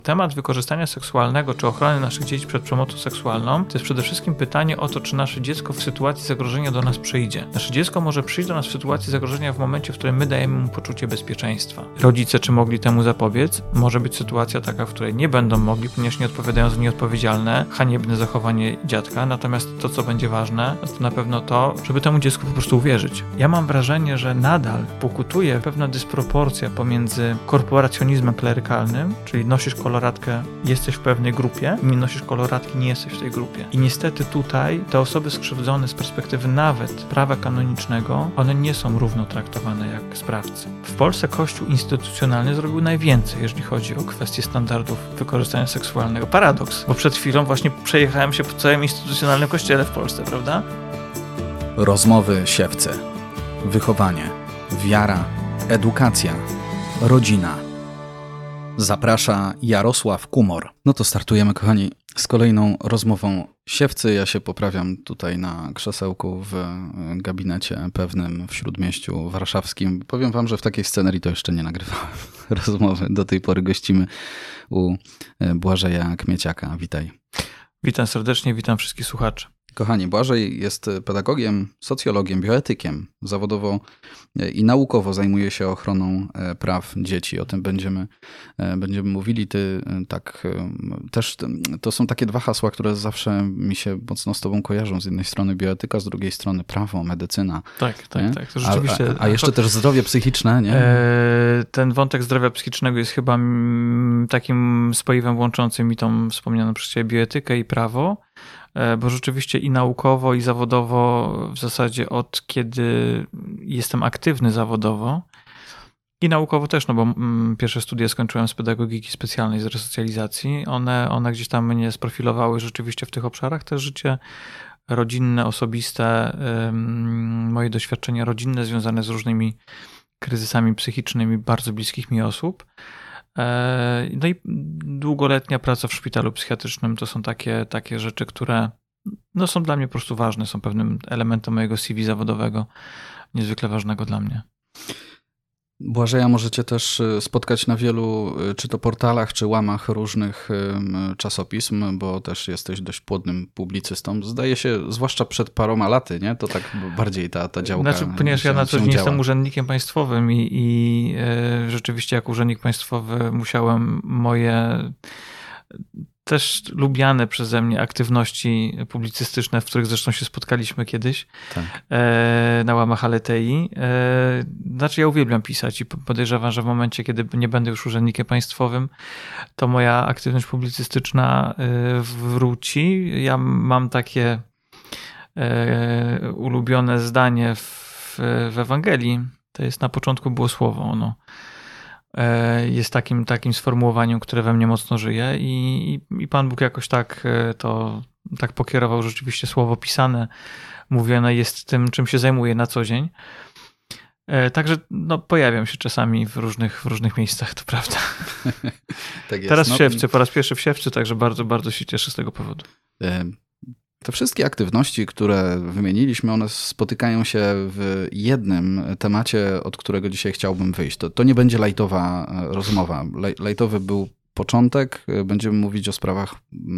Temat wykorzystania seksualnego czy ochrony naszych dzieci przed przemocą seksualną to jest przede wszystkim pytanie o to, czy nasze dziecko w sytuacji zagrożenia do nas przyjdzie. Nasze dziecko może przyjść do nas w sytuacji zagrożenia w momencie, w którym my dajemy mu poczucie bezpieczeństwa. Rodzice, czy mogli temu zapobiec? Może być sytuacja taka, w której nie będą mogli, ponieważ nie odpowiadają za nieodpowiedzialne, haniebne zachowanie dziadka. Natomiast to, co będzie ważne, to na pewno to, żeby temu dziecku po prostu uwierzyć. Ja mam wrażenie, że nadal pokutuje pewna dysproporcja pomiędzy korporacjonizmem klerykalnym, czyli nosisz koloratkę, jesteś w pewnej grupie, nie nosisz koloratki, nie jesteś w tej grupie. I niestety tutaj te osoby skrzywdzone z perspektywy nawet prawa kanonicznego, one nie są równo traktowane jak sprawcy. W Polsce Kościół instytucjonalny zrobił najwięcej, jeżeli chodzi o kwestie standardów wykorzystania seksualnego. Paradoks, bo przed chwilą właśnie przejechałem się po całym instytucjonalnym kościele w Polsce, prawda? Rozmowy siewcy. Wychowanie. Wiara. Edukacja. Rodzina. Zaprasza Jarosław Kumor. No to startujemy, kochani, z kolejną rozmową siewcy. Ja się poprawiam tutaj na krzesełku w gabinecie pewnym w Śródmieściu Warszawskim. Powiem wam, że w takiej scenerii to jeszcze nie nagrywałem rozmowy. Do tej pory gościmy u Błażeja Kmieciaka. Witaj. Witam serdecznie, witam wszystkich słuchaczy. Kochani, Błażej jest pedagogiem, socjologiem, bioetykiem. Zawodowo i naukowo zajmuje się ochroną praw dzieci. O tym będziemy mówili. Ty tak też to są takie dwa hasła, które zawsze mi się mocno z tobą kojarzą. Z jednej strony bioetyka, z drugiej strony prawo, medycyna. Tak. To rzeczywiście. A jeszcze też zdrowie psychiczne, nie? Ten wątek zdrowia psychicznego jest chyba takim spoiwem łączącym i tą wspomnianą przez ciebie bioetykę i prawo. Bo rzeczywiście i naukowo, i zawodowo, w zasadzie od kiedy jestem aktywny zawodowo i naukowo też, no bo pierwsze studia skończyłem z pedagogiki specjalnej, z resocjalizacji. One gdzieś tam mnie sprofilowały rzeczywiście w tych obszarach. Też życie rodzinne, osobiste, moje doświadczenia rodzinne związane z różnymi kryzysami psychicznymi bardzo bliskich mi osób. No i długoletnia praca w szpitalu psychiatrycznym to są takie rzeczy, które no są dla mnie po prostu ważne, są pewnym elementem mojego CV zawodowego, niezwykle ważnego dla mnie. Błażeja możecie też spotkać na wielu, czy to portalach, czy łamach różnych czasopism, bo też jesteś dość płodnym publicystą. Zdaje się, zwłaszcza przed paroma laty, nie? To tak bardziej ta działka. Znaczy, ponieważ ja na co dzień jestem urzędnikiem państwowym i rzeczywiście jako urzędnik państwowy musiałem moje też lubiane przeze mnie aktywności publicystyczne, w których zresztą się spotkaliśmy kiedyś na łamach Aletei. Znaczy ja uwielbiam pisać i podejrzewam, że w momencie, kiedy nie będę już urzędnikiem państwowym, to moja aktywność publicystyczna wróci. Ja mam takie ulubione zdanie w Ewangelii. To jest na początku było słowo, ono jest takim sformułowaniem, które we mnie mocno żyje i Pan Bóg jakoś tak pokierował rzeczywiście słowo pisane, mówione jest tym, czym się zajmuję na co dzień. Także no, pojawiam się czasami w różnych miejscach, to prawda. Tak jest. Teraz w Siewcy, po raz pierwszy w Siewcy, także bardzo, bardzo się cieszę z tego powodu. Te wszystkie aktywności, które wymieniliśmy, one spotykają się w jednym temacie, od którego dzisiaj chciałbym wyjść. To nie będzie lajtowa rozmowa. Lajtowy był początek. Będziemy mówić o sprawach,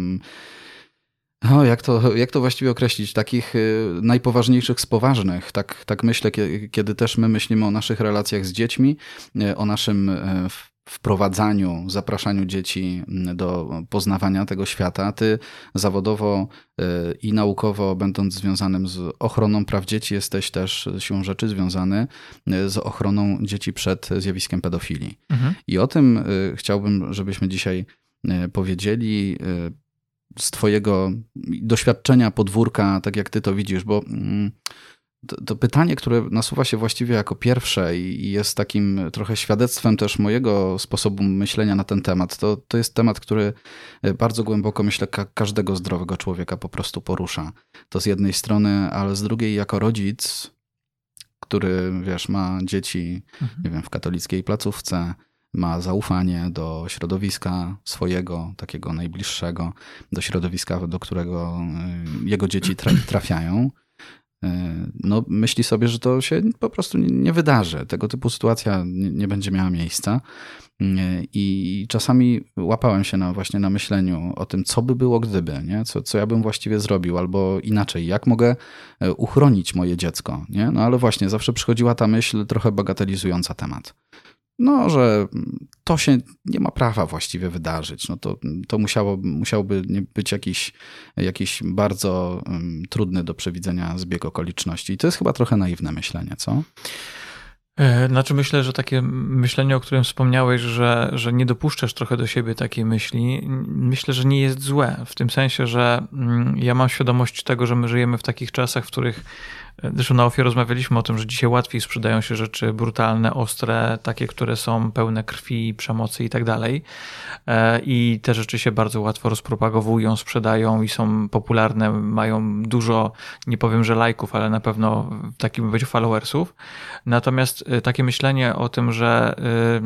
jak to właściwie określić, takich najpoważniejszych z poważnych. Tak myślę, kiedy też my myślimy o naszych relacjach z dziećmi, o naszym wprowadzaniu, zapraszaniu dzieci do poznawania tego świata. Ty zawodowo i naukowo, będąc związanym z ochroną praw dzieci, jesteś też siłą rzeczy związany z ochroną dzieci przed zjawiskiem pedofilii. Mhm. I o tym chciałbym, żebyśmy dzisiaj powiedzieli z twojego doświadczenia podwórka, tak jak ty to widzisz, bo to pytanie, które nasuwa się właściwie jako pierwsze i jest takim trochę świadectwem też mojego sposobu myślenia na ten temat, to jest temat, który bardzo głęboko, myślę, każdego zdrowego człowieka po prostu porusza. To z jednej strony, ale z drugiej jako rodzic, który, wiesz, ma dzieci, nie wiem, w katolickiej placówce, ma zaufanie do środowiska swojego, takiego najbliższego, do środowiska, do którego jego dzieci trafiają. no, myśli sobie, że to się po prostu nie wydarzy. Tego typu sytuacja nie będzie miała miejsca. I czasami łapałem się właśnie na myśleniu o tym, co by było gdyby, nie? Co ja bym właściwie zrobił, albo inaczej, jak mogę uchronić moje dziecko, nie? No ale właśnie zawsze przychodziła ta myśl trochę bagatelizująca temat. No, że to się nie ma prawa właściwie wydarzyć. No to musiałby być jakiś bardzo trudny do przewidzenia zbieg okoliczności. I to jest chyba trochę naiwne myślenie, co? Znaczy myślę, że takie myślenie, o którym wspomniałeś, że nie dopuszczasz trochę do siebie takiej myśli, myślę, że nie jest złe. W tym sensie, że ja mam świadomość tego, że my żyjemy w takich czasach, w których zresztą na OFIE rozmawialiśmy o tym, że dzisiaj łatwiej sprzedają się rzeczy brutalne, ostre, takie, które są pełne krwi, przemocy i tak dalej. I te rzeczy się bardzo łatwo rozpropagowują, sprzedają i są popularne, mają dużo, nie powiem, że lajków, ale na pewno w takim będzie followersów. Natomiast takie myślenie o tym, że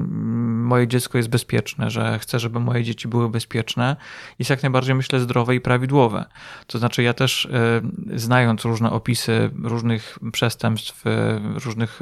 moje dziecko jest bezpieczne, że chcę, żeby moje dzieci były bezpieczne, jest jak najbardziej, myślę, zdrowe i prawidłowe. To znaczy ja też, znając różne opisy różnych przestępstw, różnych,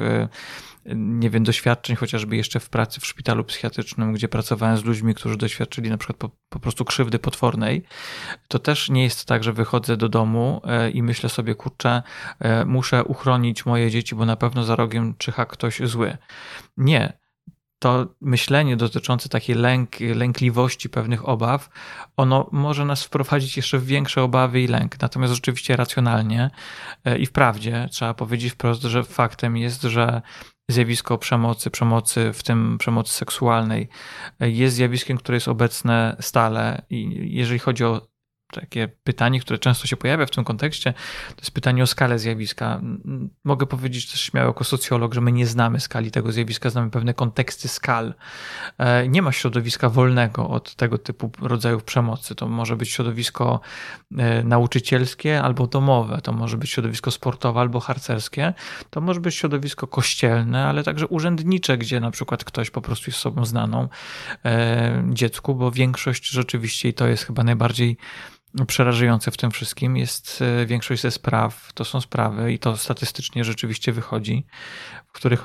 nie wiem, doświadczeń, chociażby jeszcze w pracy w szpitalu psychiatrycznym, gdzie pracowałem z ludźmi, którzy doświadczyli na przykład po prostu krzywdy potwornej, to też nie jest tak, że wychodzę do domu i myślę sobie, kurczę, muszę uchronić moje dzieci, bo na pewno za rogiem czyha ktoś zły. Nie. To myślenie dotyczące takiej lękliwości, pewnych obaw, ono może nas wprowadzić jeszcze w większe obawy i lęk. Natomiast rzeczywiście racjonalnie i wprawdzie trzeba powiedzieć wprost, że faktem jest, że zjawisko przemocy, w tym przemocy seksualnej, jest zjawiskiem, które jest obecne stale. I jeżeli chodzi o takie pytanie, które często się pojawia w tym kontekście, to jest pytanie o skalę zjawiska. Mogę powiedzieć też śmiało jako socjolog, że my nie znamy skali tego zjawiska, znamy pewne konteksty skal. Nie ma środowiska wolnego od tego typu rodzajów przemocy. To może być środowisko nauczycielskie albo domowe, to może być środowisko sportowe albo harcerskie, to może być środowisko kościelne, ale także urzędnicze, gdzie na przykład ktoś po prostu jest osobą znaną dziecku, bo większość rzeczywiście, i to jest chyba najbardziej przerażające w tym wszystkim, jest większość ze spraw, to są sprawy i to statystycznie rzeczywiście wychodzi, w których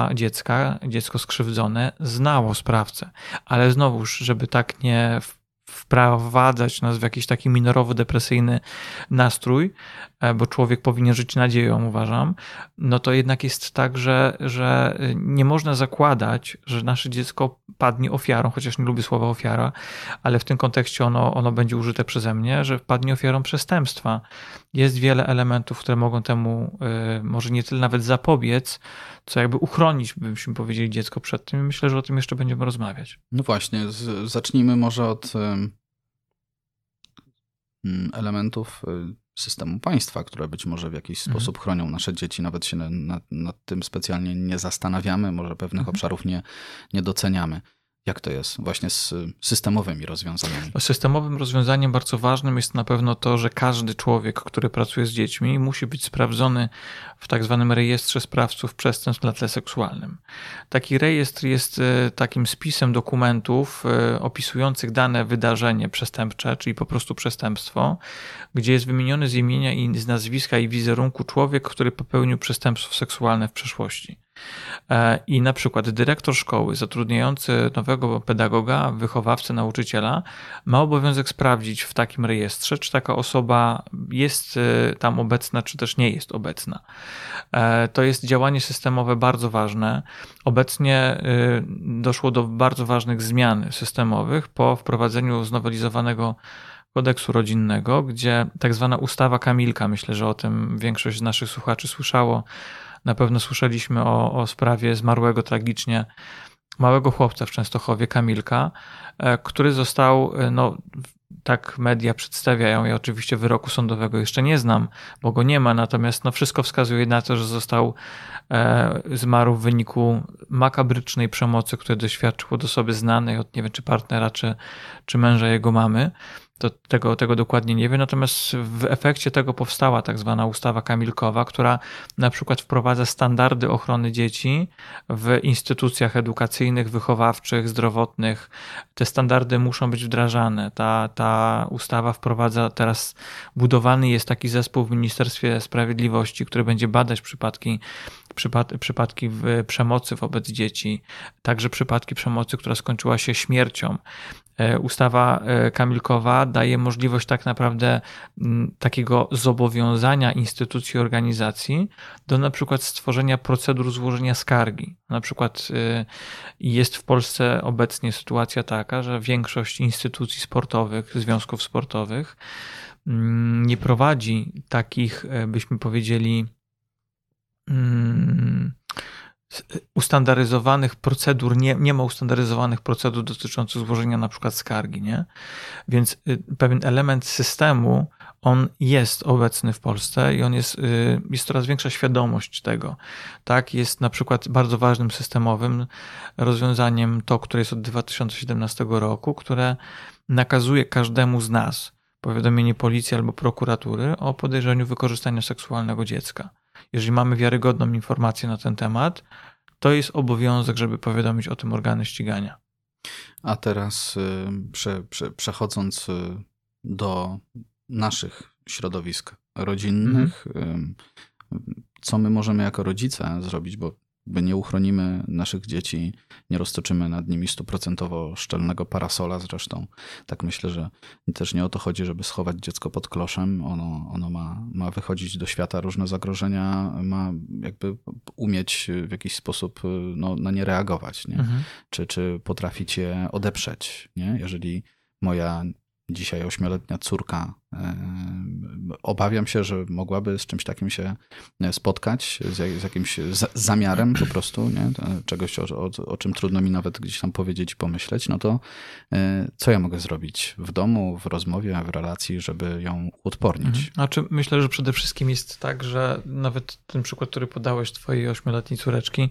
dziecko skrzywdzone znało sprawcę. Ale znowuż, żeby tak nie wprowadzać nas w jakiś taki minorowo-depresyjny nastrój, bo człowiek powinien żyć nadzieją, uważam, no to jednak jest tak, że nie można zakładać, że nasze dziecko padnie ofiarą, chociaż nie lubię słowa ofiara, ale w tym kontekście ono będzie użyte przeze mnie, że padnie ofiarą przestępstwa. Jest wiele elementów, które mogą temu może nie tyle nawet zapobiec, co jakby uchronić, byśmy powiedzieli, dziecko przed tym. Myślę, że o tym jeszcze będziemy rozmawiać. No właśnie, zacznijmy może od elementów systemu państwa, które być może w jakiś sposób chronią nasze dzieci. Nawet się nad tym specjalnie nie zastanawiamy, może pewnych obszarów nie doceniamy. Jak to jest właśnie z systemowymi rozwiązaniami? Systemowym rozwiązaniem bardzo ważnym jest na pewno to, że każdy człowiek, który pracuje z dziećmi, musi być sprawdzony w tak zwanym rejestrze sprawców przestępstw na tle seksualnym. Taki rejestr jest takim spisem dokumentów opisujących dane wydarzenie przestępcze, czyli po prostu przestępstwo, gdzie jest wymieniony z imienia i z nazwiska i wizerunku człowiek, który popełnił przestępstwo seksualne w przeszłości. I na przykład dyrektor szkoły zatrudniający nowego pedagoga, wychowawcę, nauczyciela ma obowiązek sprawdzić w takim rejestrze, czy taka osoba jest tam obecna, czy też nie jest obecna. To jest działanie systemowe bardzo ważne. Obecnie doszło do bardzo ważnych zmian systemowych po wprowadzeniu znowelizowanego kodeksu rodzinnego, gdzie tak zwana ustawa Kamilka, myślę, że o tym większość z naszych słuchaczy słyszało. Na pewno słyszeliśmy o sprawie zmarłego tragicznie małego chłopca w Częstochowie, Kamilka, który został, tak media przedstawiają, ja oczywiście wyroku sądowego jeszcze nie znam, bo go nie ma, natomiast wszystko wskazuje na to, że zmarł w wyniku makabrycznej przemocy, której doświadczył od osoby znanej, od nie wiem czy partnera, czy męża jego mamy. to tego dokładnie nie wiem, natomiast w efekcie tego powstała tak zwana ustawa Kamilkowa, która na przykład wprowadza standardy ochrony dzieci w instytucjach edukacyjnych, wychowawczych, zdrowotnych. Te standardy muszą być wdrażane. Ta ustawa wprowadza teraz, budowany jest taki zespół w Ministerstwie Sprawiedliwości, który będzie badać przypadki przemocy wobec dzieci, także przypadki przemocy, która skończyła się śmiercią. Ustawa Kamilkowa daje możliwość tak naprawdę takiego zobowiązania instytucji, organizacji do na przykład stworzenia procedur złożenia skargi. Na przykład jest w Polsce obecnie sytuacja taka, że większość instytucji sportowych, związków sportowych nie prowadzi takich, byśmy powiedzieli, ustandaryzowanych procedur, nie ma ustandaryzowanych procedur dotyczących złożenia na przykład skargi, nie? Więc pewien element systemu, on jest obecny w Polsce i jest coraz większa świadomość tego. Tak, jest na przykład bardzo ważnym systemowym rozwiązaniem to, które jest od 2017 roku, które nakazuje każdemu z nas powiadomienie policji albo prokuratury o podejrzeniu wykorzystania seksualnego dziecka. Jeżeli mamy wiarygodną informację na ten temat, to jest obowiązek, żeby powiadomić o tym organy ścigania. A teraz przechodząc do naszych środowisk rodzinnych, co my możemy jako rodzice zrobić, bo nie uchronimy naszych dzieci, nie roztoczymy nad nimi 100% szczelnego parasola zresztą. Tak myślę, że też nie o to chodzi, żeby schować dziecko pod kloszem. Ono ma wychodzić do świata, różne zagrożenia, ma jakby umieć w jakiś sposób na nie reagować, nie? Czy potrafić je odeprzeć, nie? Jeżeli moja dzisiaj 8-letnia córka, obawiam się, że mogłaby z czymś takim się spotkać, z jakimś zamiarem po prostu, nie? Czegoś, o czym trudno mi nawet gdzieś tam powiedzieć i pomyśleć, no to co ja mogę zrobić w domu, w rozmowie, w relacji, żeby ją uodpornić? Znaczy, myślę, że przede wszystkim jest tak, że nawet ten przykład, który podałeś twojej 8-letniej córeczki,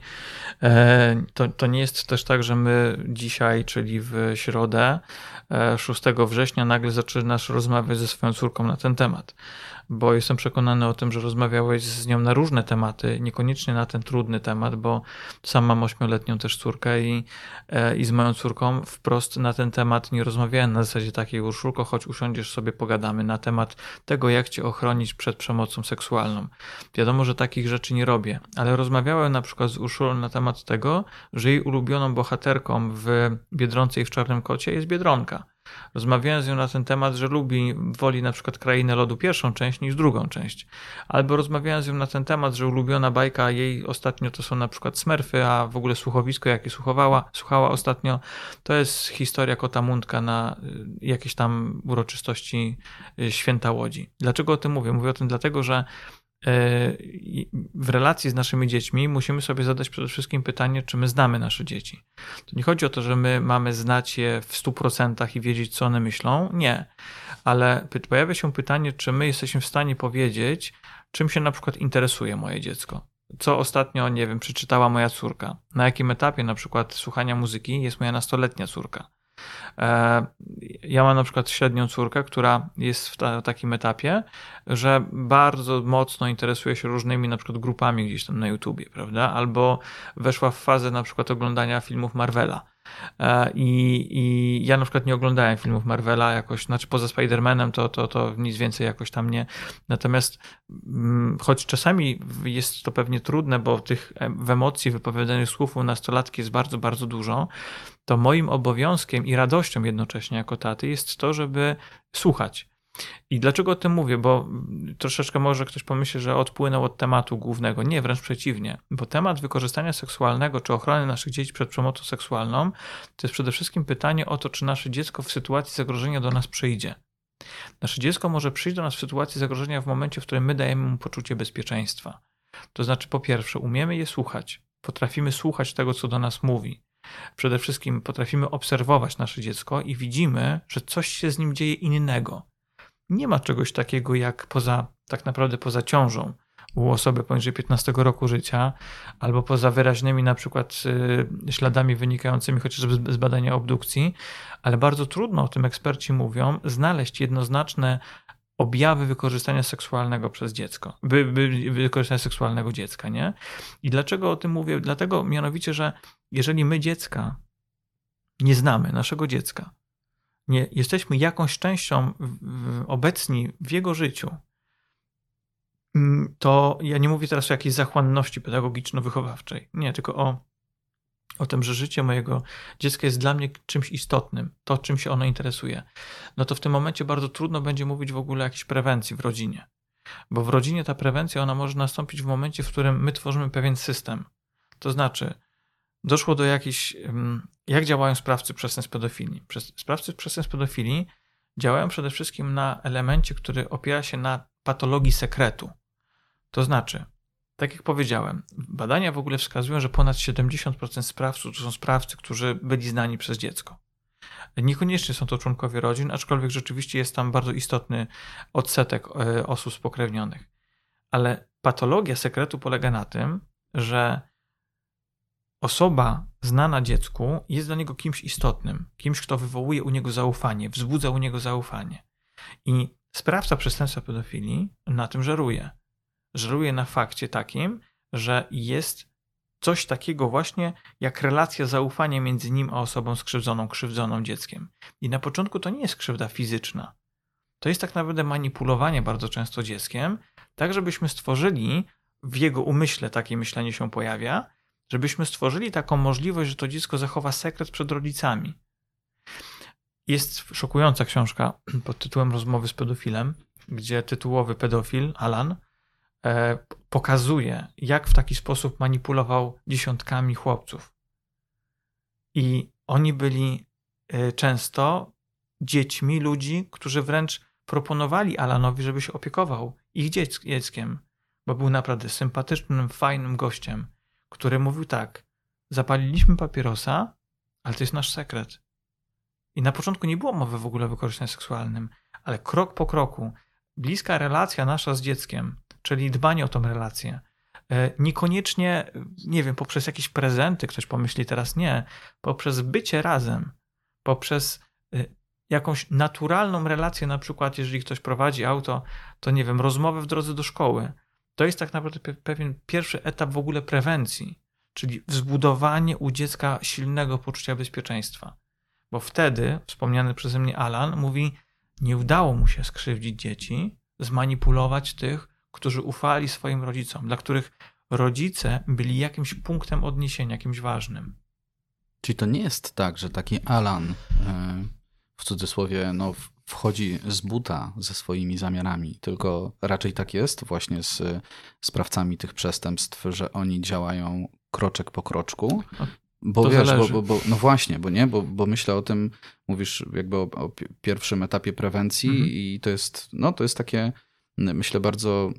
to nie jest też tak, że my dzisiaj, czyli w środę 6 września nagle zaczynasz rozmawiać ze swoją córką na ten temat, bo jestem przekonany o tym, że rozmawiałeś z nią na różne tematy, niekoniecznie na ten trudny temat, bo sam mam 8-letnią też córkę i z moją córką wprost na ten temat nie rozmawiałem na zasadzie takiej: Urszulko, chodź usiądziesz sobie, pogadamy na temat tego, jak cię ochronić przed przemocą seksualną. Wiadomo, że takich rzeczy nie robię, ale rozmawiałem na przykład z Urszulą na temat tego, że jej ulubioną bohaterką w Biedronce i w Czarnym Kocie jest Biedronka. Rozmawiałem z nią na ten temat, że woli na przykład Krainę Lodu pierwszą część niż drugą część. Albo rozmawiałem z nią na ten temat, że ulubiona bajka jej ostatnio to są na przykład Smurfy, a w ogóle słuchowisko, jakie słuchała ostatnio, to jest historia Kota Mundka na jakieś tam uroczystości Święta Łodzi. Dlaczego o tym mówię? Mówię o tym dlatego, że w relacji z naszymi dziećmi musimy sobie zadać przede wszystkim pytanie, czy my znamy nasze dzieci. To nie chodzi o to, że my mamy znać je w 100% i wiedzieć, co one myślą. Nie. Ale pojawia się pytanie, czy my jesteśmy w stanie powiedzieć, czym się na przykład interesuje moje dziecko. Co ostatnio, nie wiem, przeczytała moja córka. Na jakim etapie na przykład słuchania muzyki jest moja nastoletnia córka. Ja mam na przykład średnią córkę, która jest w takim etapie, że bardzo mocno interesuje się różnymi na przykład grupami gdzieś tam na YouTubie, prawda? Albo weszła w fazę na przykład oglądania filmów Marvela. I ja na przykład nie oglądałem filmów Marvela jakoś, znaczy poza Spider-Manem to nic więcej jakoś tam nie. Natomiast choć czasami jest to pewnie trudne, bo tych w emocji wypowiadanych słów u nastolatki jest bardzo, bardzo dużo, to moim obowiązkiem i radością jednocześnie jako taty jest to, żeby słuchać. I dlaczego o tym mówię? Bo troszeczkę może ktoś pomyśli, że odpłynął od tematu głównego. Nie, wręcz przeciwnie. Bo temat wykorzystania seksualnego czy ochrony naszych dzieci przed przemocą seksualną to jest przede wszystkim pytanie o to, czy nasze dziecko w sytuacji zagrożenia do nas przyjdzie. Nasze dziecko może przyjść do nas w sytuacji zagrożenia w momencie, w którym my dajemy mu poczucie bezpieczeństwa. To znaczy, po pierwsze, umiemy je słuchać. Potrafimy słuchać tego, co do nas mówi. Przede wszystkim potrafimy obserwować nasze dziecko i widzimy, że coś się z nim dzieje innego. Nie ma czegoś takiego jak tak naprawdę poza ciążą. u osoby poniżej 15 roku życia, albo poza wyraźnymi na przykład śladami wynikającymi chociażby z badania obdukcji, ale bardzo trudno, o tym eksperci mówią, znaleźć jednoznaczne objawy wykorzystania seksualnego przez dziecko, wykorzystania seksualnego dziecka, nie? I dlaczego o tym mówię? Dlatego mianowicie, że jeżeli my dziecka nie znamy, naszego dziecka, nie jesteśmy jakąś częścią obecni w jego życiu, to ja nie mówię teraz o jakiejś zachłanności pedagogiczno-wychowawczej, nie, tylko o tym, że życie mojego dziecka jest dla mnie czymś istotnym, to czym się ono interesuje, no to w tym momencie bardzo trudno będzie mówić w ogóle o jakiejś prewencji w rodzinie. Bo w rodzinie ta prewencja, ona może nastąpić w momencie, w którym my tworzymy pewien system. To znaczy, doszło do jakichś... Jak działają sprawcy przestępstw pedofilii? Sprawcy przestępstw pedofilii działają przede wszystkim na elemencie, który opiera się na patologii sekretu. To znaczy, tak jak powiedziałem, badania w ogóle wskazują, że ponad 70% sprawców to są sprawcy, którzy byli znani przez dziecko. Niekoniecznie są to członkowie rodzin, aczkolwiek rzeczywiście jest tam bardzo istotny odsetek osób spokrewnionych. Ale patologia sekretu polega na tym, że osoba znana dziecku jest dla niego kimś istotnym, kimś, kto wywołuje u niego zaufanie, wzbudza u niego zaufanie. I sprawca przestępstwa pedofilii na tym żeruje. Żeruje na fakcie takim, że jest coś takiego właśnie jak relacja zaufania między nim a osobą krzywdzoną dzieckiem. I na początku to nie jest krzywda fizyczna. To jest tak naprawdę manipulowanie bardzo często dzieckiem, tak żebyśmy stworzyli, w jego umyśle takie myślenie się pojawia, żebyśmy stworzyli taką możliwość, że to dziecko zachowa sekret przed rodzicami. Jest szokująca książka pod tytułem Rozmowy z pedofilem, gdzie tytułowy pedofil, Alan, pokazuje, jak w taki sposób manipulował dziesiątkami chłopców. I oni byli często dziećmi ludzi, którzy wręcz proponowali Alanowi, żeby się opiekował ich dzieckiem, bo był naprawdę sympatycznym, fajnym gościem, który mówił tak: zapaliliśmy papierosa, ale to jest nasz sekret. I na początku nie było mowy w ogóle o wykorzystaniu seksualnym, ale krok po kroku, bliska relacja nasza z dzieckiem, czyli dbanie o tą relację, niekoniecznie, nie wiem, poprzez jakieś prezenty, ktoś pomyśli teraz nie, poprzez bycie razem, poprzez jakąś naturalną relację, na przykład jeżeli ktoś prowadzi auto, to nie wiem, rozmowę w drodze do szkoły. To jest tak naprawdę pewien pierwszy etap w ogóle prewencji, czyli zbudowanie u dziecka silnego poczucia bezpieczeństwa. Bo wtedy wspomniany przeze mnie Alan mówi, nie udało mu się skrzywdzić dzieci, zmanipulować tych, którzy ufali swoim rodzicom, dla których rodzice byli jakimś punktem odniesienia, jakimś ważnym. Czyli to nie jest tak, że taki Alan, w cudzysłowie, no, wchodzi z buta ze swoimi zamiarami, tylko raczej tak jest właśnie z sprawcami tych przestępstw, że oni działają kroczek po kroczku. Bo to wiesz, zależy. no właśnie, bo myślę o tym, mówisz jakby o pierwszym etapie prewencji i to jest takie, myślę, bardzo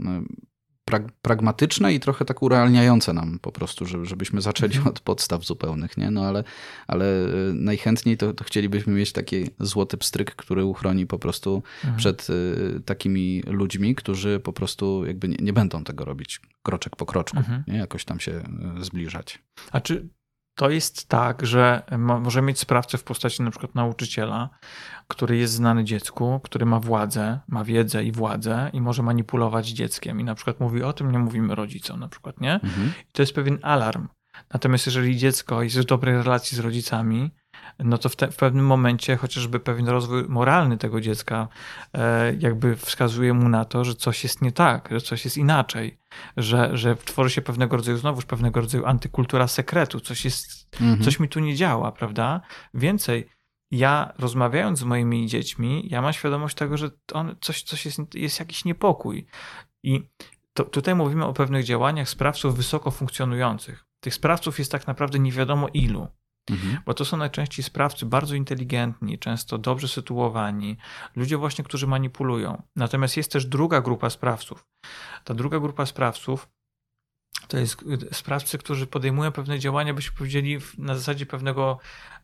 pragmatyczne i trochę tak urealniające nam po prostu, żebyśmy zaczęli od podstaw zupełnych, nie? No ale najchętniej to chcielibyśmy mieć taki złoty pstryk, który uchroni po prostu przed takimi ludźmi, którzy po prostu jakby nie będą tego robić kroczek po kroczku, nie? Jakoś tam się zbliżać. A czy to jest tak, że może mieć sprawcę w postaci na przykład nauczyciela, który jest znany dziecku, który ma władzę, ma wiedzę i władzę i może manipulować dzieckiem i na przykład mówi o tym, nie mówimy rodzicom na przykład, nie? I to jest pewien alarm. Natomiast jeżeli dziecko jest w dobrej relacji z rodzicami, no to w pewnym momencie chociażby pewien rozwój moralny tego dziecka jakby wskazuje mu na to, że coś jest nie tak, że coś jest inaczej, że tworzy się pewnego rodzaju antykultura sekretu, coś mi tu nie działa, prawda? Więcej, ja rozmawiając z moimi dziećmi, ja mam świadomość tego, że coś jest jakiś niepokój. I tutaj mówimy o pewnych działaniach sprawców wysoko funkcjonujących. Tych sprawców jest tak naprawdę nie wiadomo ilu. Bo to są najczęściej sprawcy bardzo inteligentni, często dobrze sytuowani, ludzie właśnie, którzy manipulują. Natomiast jest też druga grupa sprawców. Ta druga grupa sprawców to jest sprawcy, którzy podejmują pewne działania, byśmy powiedzieli, na zasadzie pewnego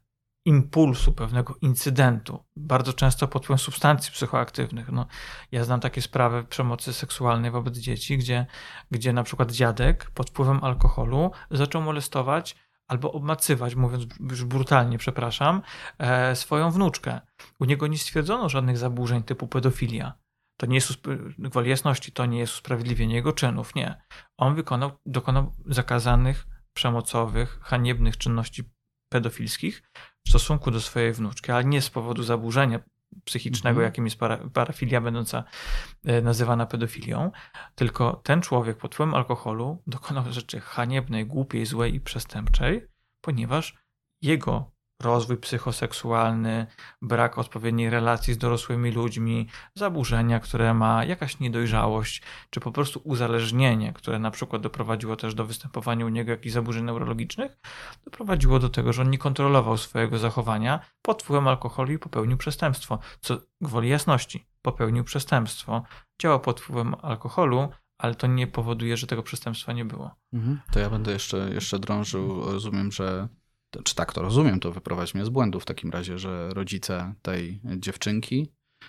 impulsu, pewnego incydentu, bardzo często pod wpływem substancji psychoaktywnych. No, ja znam takie sprawy przemocy seksualnej wobec dzieci, gdzie na przykład dziadek pod wpływem alkoholu zaczął molestować albo obmacywać, mówiąc już brutalnie, przepraszam, swoją wnuczkę. U niego nie stwierdzono żadnych zaburzeń typu pedofilia. To nie jest, gwoli jasności, to nie jest usprawiedliwienie jego czynów, nie. On dokonał zakazanych, przemocowych, haniebnych czynności pedofilskich w stosunku do swojej wnuczki, ale nie z powodu zaburzenia psychicznego, jakim jest parafilia będąca nazywana pedofilią, tylko ten człowiek pod wpływem alkoholu dokonał rzeczy haniebnej, głupiej, złej i przestępczej, ponieważ jego rozwój psychoseksualny, brak odpowiedniej relacji z dorosłymi ludźmi, zaburzenia, które ma, jakaś niedojrzałość, czy po prostu uzależnienie, które na przykład doprowadziło też do występowania u niego jakichś zaburzeń neurologicznych, doprowadziło do tego, że on nie kontrolował swojego zachowania pod wpływem alkoholu i popełnił przestępstwo. Co gwoli jasności, popełnił przestępstwo. Działał pod wpływem alkoholu, ale to nie powoduje, że tego przestępstwa nie było. To ja będę jeszcze drążył. Rozumiem, że czy tak to rozumiem, to wyprowadź mnie z błędu w takim razie, że rodzice tej dziewczynki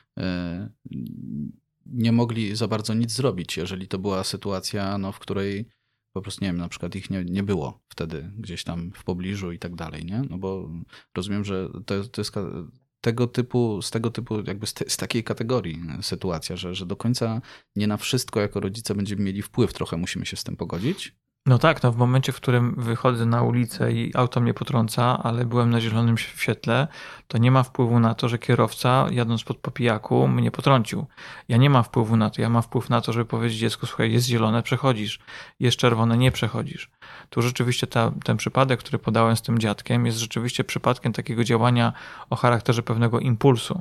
nie mogli za bardzo nic zrobić, jeżeli to była sytuacja, w której po prostu, nie wiem, na przykład ich nie było wtedy gdzieś tam w pobliżu i tak dalej, nie? No bo rozumiem, że to jest z tego typu jakby z takiej kategorii sytuacja, że do końca nie na wszystko jako rodzice będziemy mieli wpływ, trochę musimy się z tym pogodzić. No tak, w momencie, w którym wychodzę na ulicę i auto mnie potrąca, ale byłem na zielonym świetle, to nie ma wpływu na to, że kierowca jadąc po pijaku mnie potrącił. Ja nie mam wpływu na to. Ja mam wpływ na to, żeby powiedzieć dziecku, słuchaj, jest zielone, przechodzisz. Jest czerwone, nie przechodzisz. Tu rzeczywiście ten przypadek, który podałem z tym dziadkiem, jest rzeczywiście przypadkiem takiego działania o charakterze pewnego impulsu.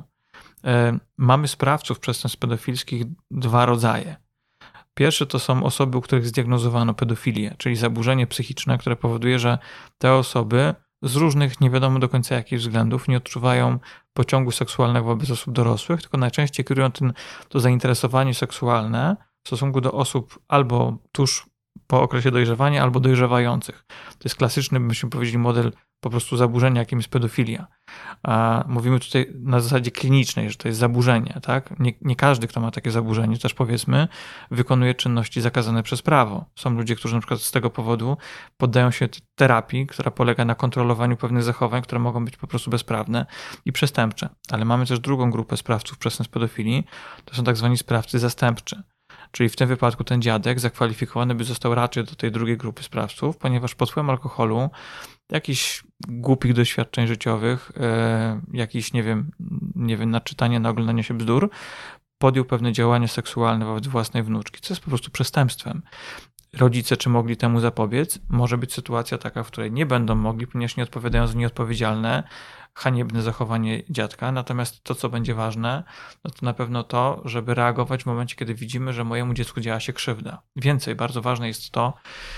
Mamy sprawców przestępstw pedofilskich dwa rodzaje. Pierwszy to są osoby, u których zdiagnozowano pedofilię, czyli zaburzenie psychiczne, które powoduje, że te osoby z różnych, nie wiadomo do końca jakich względów, nie odczuwają pociągu seksualnego wobec osób dorosłych, tylko najczęściej kierują to zainteresowanie seksualne w stosunku do osób albo tuż po okresie dojrzewania, albo dojrzewających. To jest klasyczny, byśmy powiedzieli, model po prostu zaburzenia, jakim jest pedofilia. Mówimy tutaj na zasadzie klinicznej, że to jest zaburzenie, tak? Nie każdy, kto ma takie zaburzenie, też powiedzmy, wykonuje czynności zakazane przez prawo. Są ludzie, którzy na przykład z tego powodu poddają się terapii, która polega na kontrolowaniu pewnych zachowań, które mogą być po prostu bezprawne i przestępcze. Ale mamy też drugą grupę sprawców przestępstw pedofilii, to są tak zwani sprawcy zastępczy. Czyli w tym wypadku ten dziadek zakwalifikowany by został raczej do tej drugiej grupy sprawców, ponieważ pod wpływem alkoholu, jakichś głupich doświadczeń życiowych, jakiś, nie wiem, naczytanie, naoglądanie się bzdur, podjął pewne działania seksualne wobec własnej wnuczki, co jest po prostu przestępstwem. Rodzice, czy mogli temu zapobiec? Może być sytuacja taka, w której nie będą mogli, ponieważ nie odpowiadają za nieodpowiedzialne, haniebne zachowanie dziadka. Natomiast to, co będzie ważne, no to na pewno to, żeby reagować w momencie, kiedy widzimy, że mojemu dziecku działa się krzywda. Więcej, bardzo ważne jest to,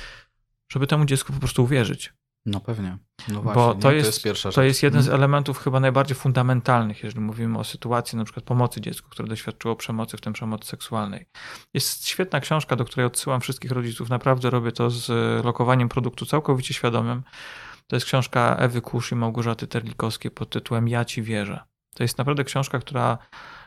żeby temu dziecku po prostu uwierzyć. No pewnie. No właśnie, bo to jest pierwsza rzecz. To jest jeden z elementów chyba najbardziej fundamentalnych, jeżeli mówimy o sytuacji na przykład pomocy dziecku, które doświadczyło przemocy, w tym przemocy seksualnej. Jest świetna książka, do której odsyłam wszystkich rodziców. Naprawdę robię to z lokowaniem produktu całkowicie świadomym. To jest książka Ewy Kusz i Małgorzaty Terlikowskiej pod tytułem Ja ci wierzę. To jest naprawdę książka, która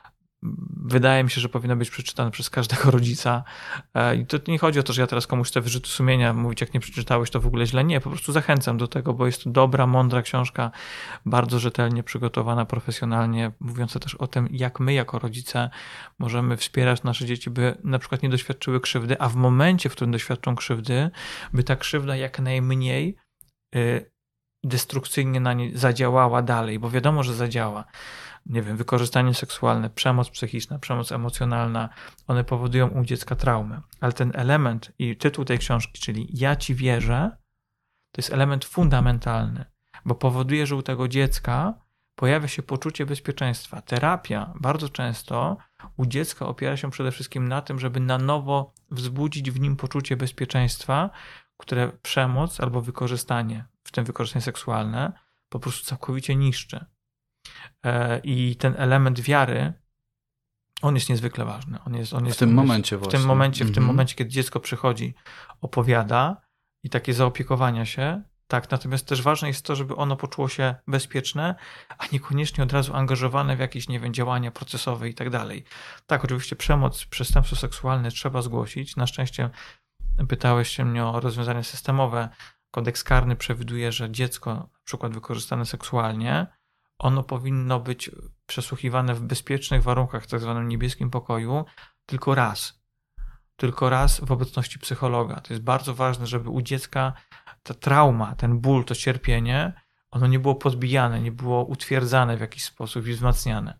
wydaje mi się, że powinna być przeczytana przez każdego rodzica. I to nie chodzi o to, że ja teraz komuś chcę wyrzuty sumienia mówić, jak nie przeczytałeś, to w ogóle źle. Nie, po prostu zachęcam do tego, bo jest to dobra, mądra książka, bardzo rzetelnie przygotowana, profesjonalnie, mówiąca też o tym, jak my jako rodzice możemy wspierać nasze dzieci, by na przykład nie doświadczyły krzywdy, a w momencie, w którym doświadczą krzywdy, by ta krzywda jak najmniej destrukcyjnie na nie zadziałała dalej, bo wiadomo, że zadziała. Nie wiem, wykorzystanie seksualne, przemoc psychiczna, przemoc emocjonalna, one powodują u dziecka traumę. Ale ten element i tytuł tej książki, czyli Ja ci wierzę, to jest element fundamentalny, bo powoduje, że u tego dziecka pojawia się poczucie bezpieczeństwa. Terapia bardzo często u dziecka opiera się przede wszystkim na tym, żeby na nowo wzbudzić w nim poczucie bezpieczeństwa, które przemoc albo wykorzystanie, w tym wykorzystanie seksualne, po prostu całkowicie niszczy. I ten element wiary, on jest niezwykle ważny. W tym momencie, kiedy dziecko przychodzi, opowiada i takie zaopiekowania się, Tak, natomiast też ważne jest to, żeby ono poczuło się bezpieczne, a niekoniecznie od razu angażowane w jakieś, nie wiem, działania procesowe i tak dalej. Tak, oczywiście przemoc, przestępstwo seksualne trzeba zgłosić. Na szczęście pytałeś się mnie o rozwiązania systemowe. Kodeks karny przewiduje, że dziecko, na przykład wykorzystane seksualnie, ono powinno być przesłuchiwane w bezpiecznych warunkach, w tak zwanym niebieskim pokoju, tylko raz. Tylko raz w obecności psychologa. To jest bardzo ważne, żeby u dziecka ta trauma, ten ból, to cierpienie, ono nie było podbijane, nie było utwierdzane w jakiś sposób i wzmacniane.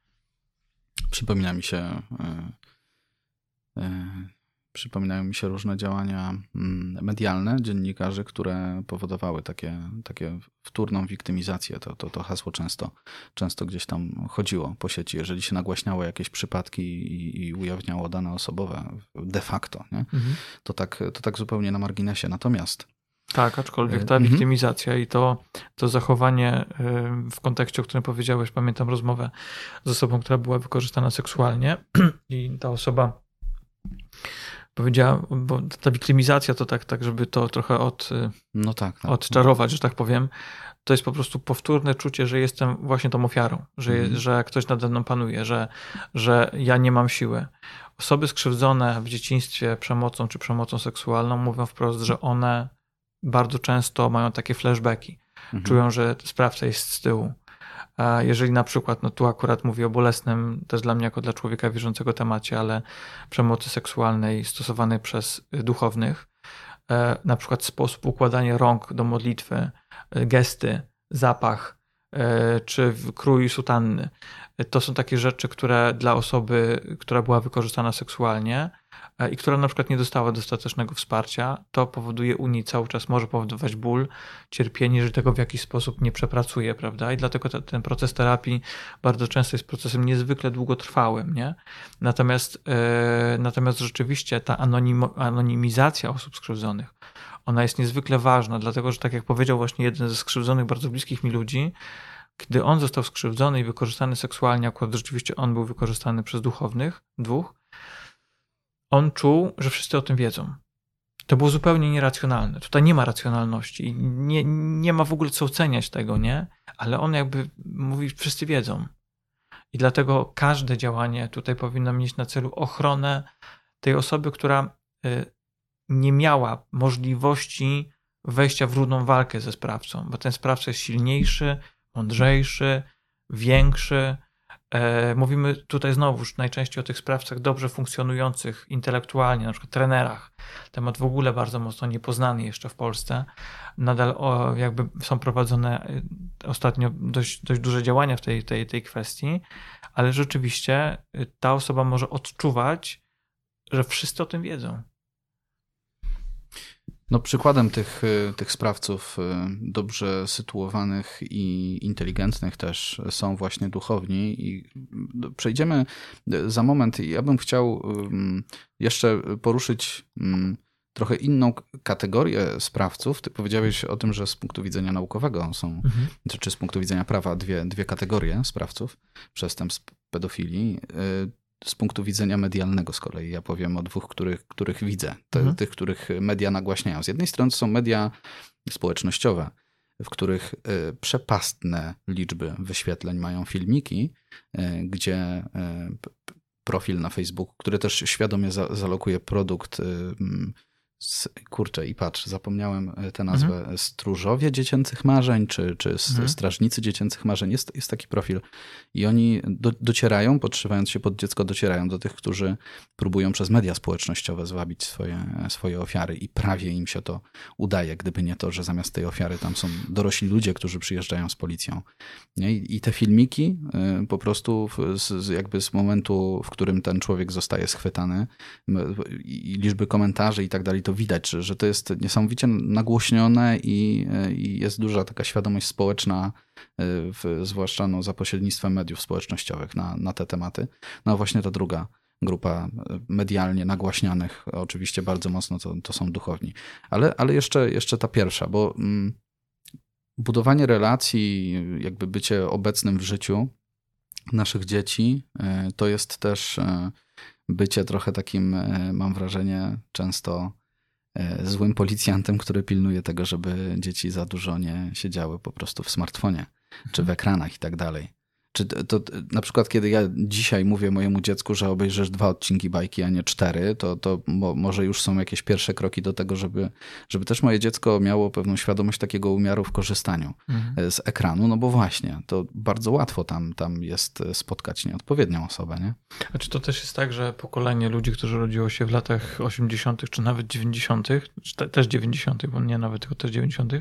Przypominają mi się różne działania medialne dziennikarzy, które powodowały takie wtórną wiktymizację. To hasło często gdzieś tam chodziło po sieci. Jeżeli się nagłaśniało jakieś przypadki i ujawniało dane osobowe de facto, nie? To tak zupełnie na marginesie. Natomiast tak, aczkolwiek ta wiktymizacja i to zachowanie w kontekście, o którym powiedziałeś, pamiętam rozmowę z osobą, która była wykorzystana seksualnie i ta osoba powiedziała, bo ta wiktymizacja to tak żeby to trochę odczarować, że tak powiem, to jest po prostu powtórne czucie, że jestem właśnie tą ofiarą, że ktoś nade mną panuje, że ja nie mam siły. Osoby skrzywdzone w dzieciństwie przemocą czy przemocą seksualną mówią wprost, że one bardzo często mają takie flashbacki. Czują, że sprawca jest z tyłu. A jeżeli na przykład, no tu akurat mówię o bolesnym, też dla mnie jako dla człowieka wierzącego temacie, ale przemocy seksualnej stosowanej przez duchownych, na przykład sposób układania rąk do modlitwy, gesty, zapach, czy krój sutanny. To są takie rzeczy, które dla osoby, która była wykorzystana seksualnie i która na przykład nie dostała dostatecznego wsparcia, to powoduje u niej cały czas, może powodować ból, cierpienie, jeżeli tego w jakiś sposób nie przepracuje, prawda? I dlatego ten proces terapii bardzo często jest procesem niezwykle długotrwałym, nie? Natomiast rzeczywiście ta anonimizacja osób skrzywdzonych, ona jest niezwykle ważna, dlatego że tak jak powiedział właśnie jeden ze skrzywdzonych, bardzo bliskich mi ludzi, gdy on został skrzywdzony i wykorzystany seksualnie, akurat rzeczywiście on był wykorzystany przez duchownych, dwóch, on czuł, że wszyscy o tym wiedzą. To było zupełnie nieracjonalne. Tutaj nie ma racjonalności i nie ma w ogóle co oceniać tego, nie? Ale on jakby mówi, wszyscy wiedzą. I dlatego każde działanie tutaj powinno mieć na celu ochronę tej osoby, która nie miała możliwości wejścia w równą walkę ze sprawcą, bo ten sprawca jest silniejszy, mądrzejszy, większy. Mówimy tutaj znowuż najczęściej o tych sprawcach dobrze funkcjonujących intelektualnie, na przykład trenerach. Temat w ogóle bardzo mocno niepoznany jeszcze w Polsce. Nadal jakby są prowadzone ostatnio dość duże działania w tej kwestii, ale rzeczywiście ta osoba może odczuwać, że wszyscy o tym wiedzą. No, przykładem tych sprawców dobrze sytuowanych i inteligentnych też są właśnie duchowni i przejdziemy za moment. Ja bym chciał jeszcze poruszyć trochę inną kategorię sprawców. Ty powiedziałeś o tym, że z punktu widzenia naukowego są, czy z punktu widzenia prawa dwie kategorie sprawców przestępstw pedofilii. Z punktu widzenia medialnego z kolei ja powiem o dwóch, których widzę. Tych, których media nagłaśniają. Z jednej strony są media społecznościowe, w których przepastne liczby wyświetleń mają filmiki, gdzie profil na Facebooku, który też świadomie zalokuje produkt kurczę i patrz, zapomniałem tę nazwę, Stróżowie Dziecięcych Marzeń, czy Strażnicy Dziecięcych Marzeń. Jest taki profil i oni docierają, podszywając się pod dziecko, docierają do tych, którzy próbują przez media społecznościowe zwabić swoje ofiary i prawie im się to udaje, gdyby nie to, że zamiast tej ofiary tam są dorośli ludzie, którzy przyjeżdżają z policją. Nie? I te filmiki po prostu jakby z momentu, w którym ten człowiek zostaje schwytany i liczby komentarzy i tak dalej, to widać, że to jest niesamowicie nagłośnione i jest duża taka świadomość społeczna, zwłaszcza za pośrednictwem mediów społecznościowych na te tematy. No a właśnie ta druga grupa medialnie nagłaśnianych, oczywiście bardzo mocno to są duchowni. Ale jeszcze ta pierwsza, bo budowanie relacji, jakby bycie obecnym w życiu naszych dzieci, to jest też bycie trochę takim, mam wrażenie, często złym policjantem, który pilnuje tego, żeby dzieci za dużo nie siedziały po prostu w smartfonie, czy w ekranach i tak dalej. Czy to na przykład, kiedy ja dzisiaj mówię mojemu dziecku, że obejrzysz 2 odcinki bajki, a nie 4, to może już są jakieś pierwsze kroki do tego, żeby też moje dziecko miało pewną świadomość takiego umiaru w korzystaniu z ekranu, no bo właśnie, to bardzo łatwo tam jest spotkać nieodpowiednią osobę, nie? A czy to też jest tak, że pokolenie ludzi, którzy rodziło się w latach 80. czy nawet 90., czy też 90., bo nie nawet, tylko też 90.,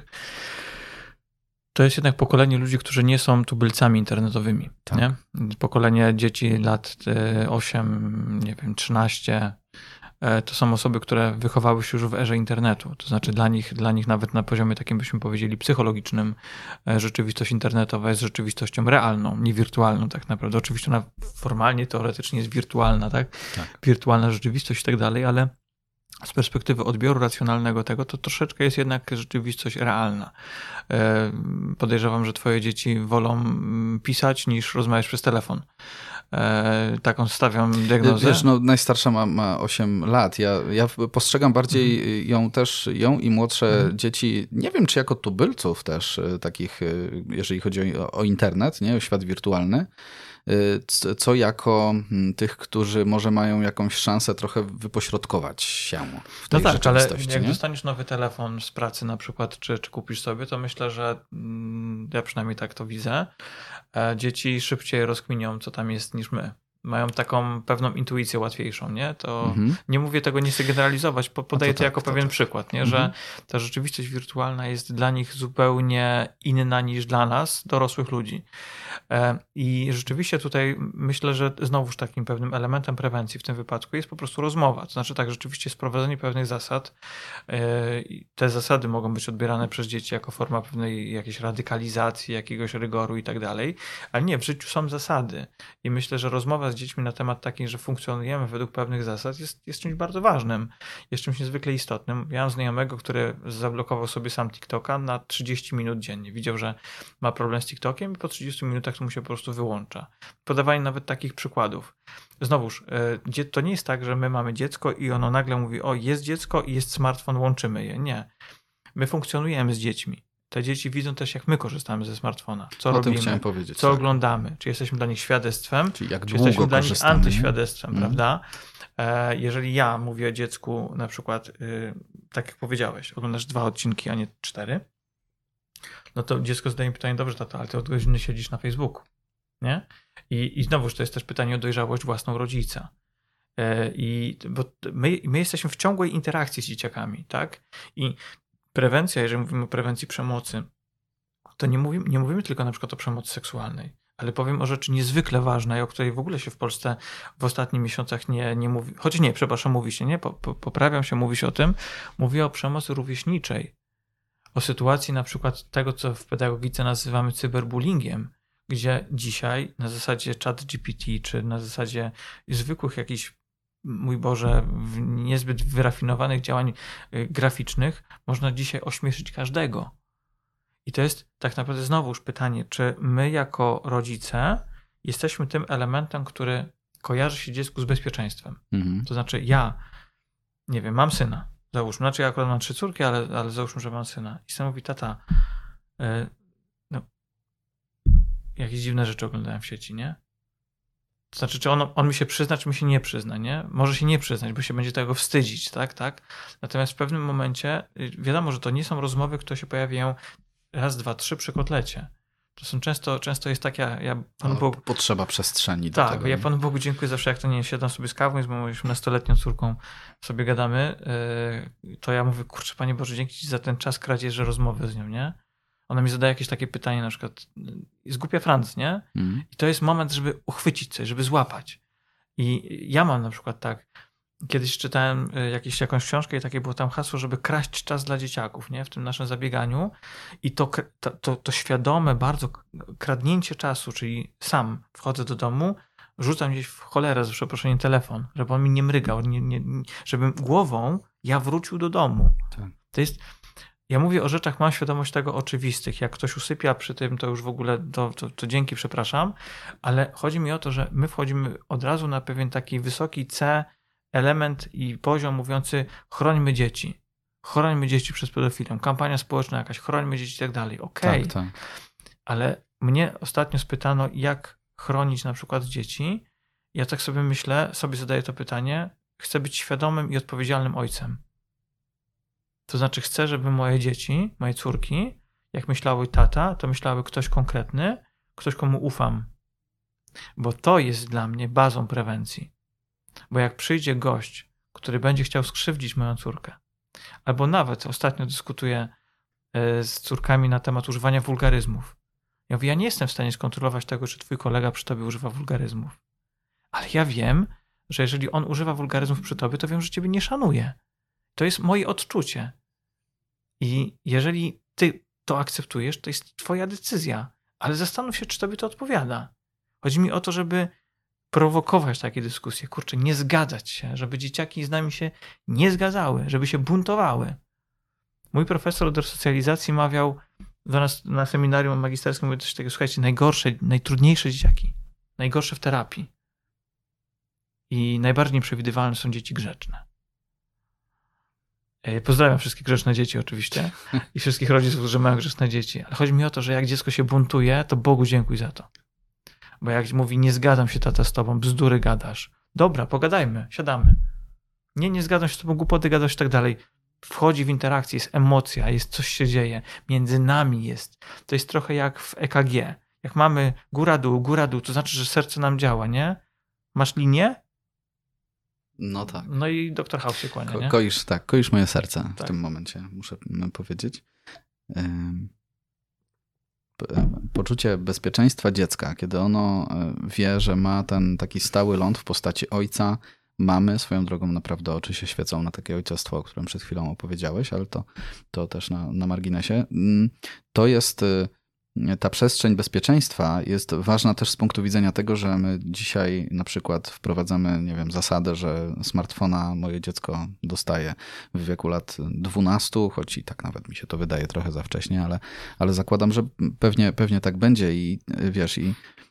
to jest jednak pokolenie ludzi, którzy nie są tubylcami internetowymi. Tak. Nie? Pokolenie dzieci lat 8, nie wiem, 13, to są osoby, które wychowały się już w erze internetu. To znaczy dla nich nawet na poziomie takim, byśmy powiedzieli, psychologicznym, rzeczywistość internetowa jest rzeczywistością realną, nie wirtualną tak naprawdę. Oczywiście ona formalnie, teoretycznie jest wirtualna, tak? Wirtualna rzeczywistość i tak dalej, ale z perspektywy odbioru racjonalnego tego, to troszeczkę jest jednak rzeczywistość realna. Podejrzewam, że twoje dzieci wolą pisać niż rozmawiać przez telefon. Taką stawiam diagnozę. Wiesz, no najstarsza ma 8 lat. Ja postrzegam bardziej ją i młodsze dzieci, nie wiem czy jako tubylców też takich, jeżeli chodzi o internet, nie, o świat wirtualny, co jako tych, którzy może mają jakąś szansę trochę wypośrodkować się w tej rzeczywistości. Ale jak nie? dostaniesz nowy telefon z pracy na przykład, czy kupisz sobie, to myślę, że ja przynajmniej tak to widzę, dzieci szybciej rozkminią, co tam jest, niż my. Mają taką pewną intuicję łatwiejszą, nie? To nie mówię tego, nie chcę generalizować, podaję to jako pewien przykład, nie? Że ta rzeczywistość wirtualna jest dla nich zupełnie inna niż dla nas, dorosłych ludzi. I rzeczywiście tutaj myślę, że znowuż takim pewnym elementem prewencji w tym wypadku jest po prostu rozmowa. To znaczy tak, rzeczywiście sprowadzenie pewnych zasad. Te zasady mogą być odbierane przez dzieci jako forma pewnej jakiejś radykalizacji, jakiegoś rygoru i tak dalej, ale nie, w życiu są zasady. I myślę, że rozmowa z dziećmi na temat taki, że funkcjonujemy według pewnych zasad jest czymś bardzo ważnym. Jest czymś niezwykle istotnym. Ja mam znajomego, który zablokował sobie sam TikToka na 30 minut dziennie. Widział, że ma problem z TikTokiem i po 30 minutach to mu się po prostu wyłącza. Podawanie nawet takich przykładów. Znowuż, to nie jest tak, że my mamy dziecko i ono nagle mówi, o jest dziecko i jest smartfon, łączymy je. Nie. My funkcjonujemy z dziećmi. Te dzieci widzą też, jak my korzystamy ze smartfona. Co robimy, co oglądamy. Czy jesteśmy dla nich świadectwem, czy jesteśmy dla nich antyświadectwem, prawda? Jeżeli ja mówię o dziecku na przykład, tak jak powiedziałeś, oglądasz 2 odcinki, a nie 4, no to dziecko zadaje mi pytanie, dobrze tato, ale ty od godziny siedzisz na Facebooku, nie? I znowuż to jest też pytanie o dojrzałość własną rodzica. Bo my jesteśmy w ciągłej interakcji z dzieciakami, tak? I prewencja, jeżeli mówimy o prewencji przemocy, to nie mówimy tylko na przykład o przemocy seksualnej, ale powiem o rzeczy niezwykle ważnej, o której w ogóle się w Polsce w ostatnich miesiącach nie mówi. Choć nie, przepraszam, mówi się, nie? Poprawiam się, mówi się o tym. Mówię o przemocy rówieśniczej. O sytuacji na przykład tego, co w pedagogice nazywamy cyberbullyingiem, gdzie dzisiaj na zasadzie ChatGPT, czy na zasadzie zwykłych jakichś, mój Boże, niezbyt wyrafinowanych działań graficznych można dzisiaj ośmieszyć każdego. I to jest tak naprawdę znowuż pytanie, czy my jako rodzice jesteśmy tym elementem, który kojarzy się dziecku z bezpieczeństwem. To znaczy ja, nie wiem, mam syna, załóżmy, znaczy ja akurat mam 3 córki, ale załóżmy, że mam syna. I syn mówi, tata, jakieś dziwne rzeczy oglądałem w sieci, nie? To znaczy, czy on mi się przyzna, czy mi się nie przyzna, nie? Może się nie przyznać, bo się będzie tego wstydzić, tak? Natomiast w pewnym momencie, wiadomo, że to nie są rozmowy, które się pojawiają raz, 2, 3 przy kotlecie. To są często jest tak, ja Panu Bogu... Potrzeba przestrzeni do tego. Tak, ja Panu Bogu dziękuję zawsze, jak to nie siadam sobie z kawą i z moją 18-letnią córką sobie gadamy, to ja mówię, kurczę, Panie Boże, dzięki Ci za ten czas kradzieży rozmowy z nią, nie? Ona mi zadaje jakieś takie pytanie, na przykład zgłupia Franc, nie? I to jest moment, żeby uchwycić coś, żeby złapać. I ja mam na przykład tak, kiedyś czytałem jakąś książkę i takie było tam hasło, żeby kraść czas dla dzieciaków, nie? W tym naszym zabieganiu. I to świadome bardzo kradnięcie czasu, czyli sam wchodzę do domu, rzucam gdzieś w cholerę, za przeproszeniem, telefon, żeby on mi nie mrygał, żebym głową ja wrócił do domu. Tak. To jest... Ja mówię o rzeczach, mam świadomość tego oczywistych. Jak ktoś usypia przy tym, to już w ogóle to dzięki, przepraszam, ale chodzi mi o to, że my wchodzimy od razu na pewien taki wysoki C element i poziom mówiący chrońmy dzieci. chrońmy dzieci przed pedofilią, kampania społeczna jakaś, chrońmy dzieci i tak dalej. Okej. Tak. Ale mnie ostatnio spytano, jak chronić na przykład dzieci. Ja tak sobie myślę, sobie zadaję to pytanie, chcę być świadomym i odpowiedzialnym ojcem. To znaczy chcę, żeby moje dzieci, moje córki, jak myślały tata, to myślały ktoś konkretny, ktoś, komu ufam. Bo to jest dla mnie bazą prewencji. Bo jak przyjdzie gość, który będzie chciał skrzywdzić moją córkę, albo nawet ostatnio dyskutuję z córkami na temat używania wulgaryzmów. Ja mówię, ja nie jestem w stanie skontrolować tego, czy twój kolega przy tobie używa wulgaryzmów. Ale ja wiem, że jeżeli on używa wulgaryzmów przy tobie, to wiem, że ciebie nie szanuje. To jest moje odczucie. I jeżeli ty to akceptujesz, to jest twoja decyzja. Ale zastanów się, czy tobie to odpowiada. Chodzi mi o to, żeby prowokować takie dyskusje. Kurczę, nie zgadzać się, żeby dzieciaki z nami się nie zgadzały, żeby się buntowały. Mój profesor od resocjalizacji mawiał do nas na seminarium magisterskim, mówił coś takiego, słuchajcie, najgorsze, najtrudniejsze dzieciaki, najgorsze w terapii i najbardziej nieprzewidywalne są dzieci grzeczne. Pozdrawiam wszystkie grzeczne dzieci oczywiście i wszystkich rodziców, którzy mają grzeczne dzieci, ale chodzi mi o to, że jak dziecko się buntuje, to Bogu dziękuj za to. Bo jak mówi, nie zgadzam się tata z tobą, bzdury gadasz. Dobra, pogadajmy, siadamy. Nie zgadzam się z tobą, głupoty gadasz i tak dalej. Wchodzi w interakcję, jest emocja, jest coś się dzieje, między nami jest. To jest trochę jak w EKG. Jak mamy góra-dół, to znaczy, że serce nam działa, nie? Masz linię? No tak. No i doktor House się kłania, nie? Koisz moje serce Tak. w tym momencie, muszę powiedzieć. Poczucie bezpieczeństwa dziecka, kiedy ono wie, że ma ten taki stały ląd w postaci ojca, mamy, swoją drogą naprawdę oczy się świecą na takie ojcostwo, o którym przed chwilą opowiedziałeś, ale to też na marginesie. To jest, ta przestrzeń bezpieczeństwa jest ważna też z punktu widzenia tego, że my dzisiaj na przykład wprowadzamy, nie wiem, zasadę, że smartfona moje dziecko dostaje w wieku lat 12, choć i tak nawet mi się to wydaje trochę za wcześnie, ale zakładam, że pewnie tak będzie i wiesz,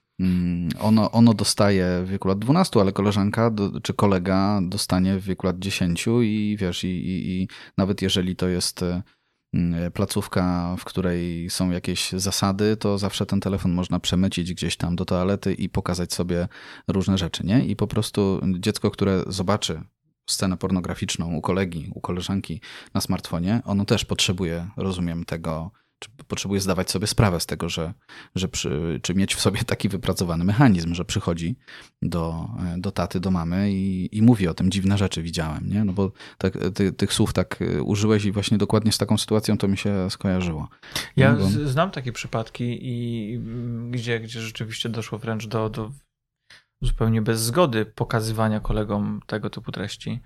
ono dostaje w wieku lat 12, ale koleżanka czy kolega dostanie w wieku lat 10 i wiesz, i nawet jeżeli to jest placówka, w której są jakieś zasady, to zawsze ten telefon można przemycić gdzieś tam do toalety i pokazać sobie różne rzeczy, nie? I po prostu dziecko, które zobaczy scenę pornograficzną u kolegi, u koleżanki na smartfonie, ono też potrzebuje, rozumiem, tego, czy potrzebuje zdawać sobie sprawę z tego, czy mieć w sobie taki wypracowany mechanizm, że przychodzi do taty, do mamy i mówi o tym, dziwne rzeczy widziałem, nie? No bo tych słów tak użyłeś i właśnie dokładnie z taką sytuacją to mi się skojarzyło. Ja znam takie przypadki, gdzie rzeczywiście doszło wręcz do zupełnie bez zgody pokazywania kolegom tego typu treści.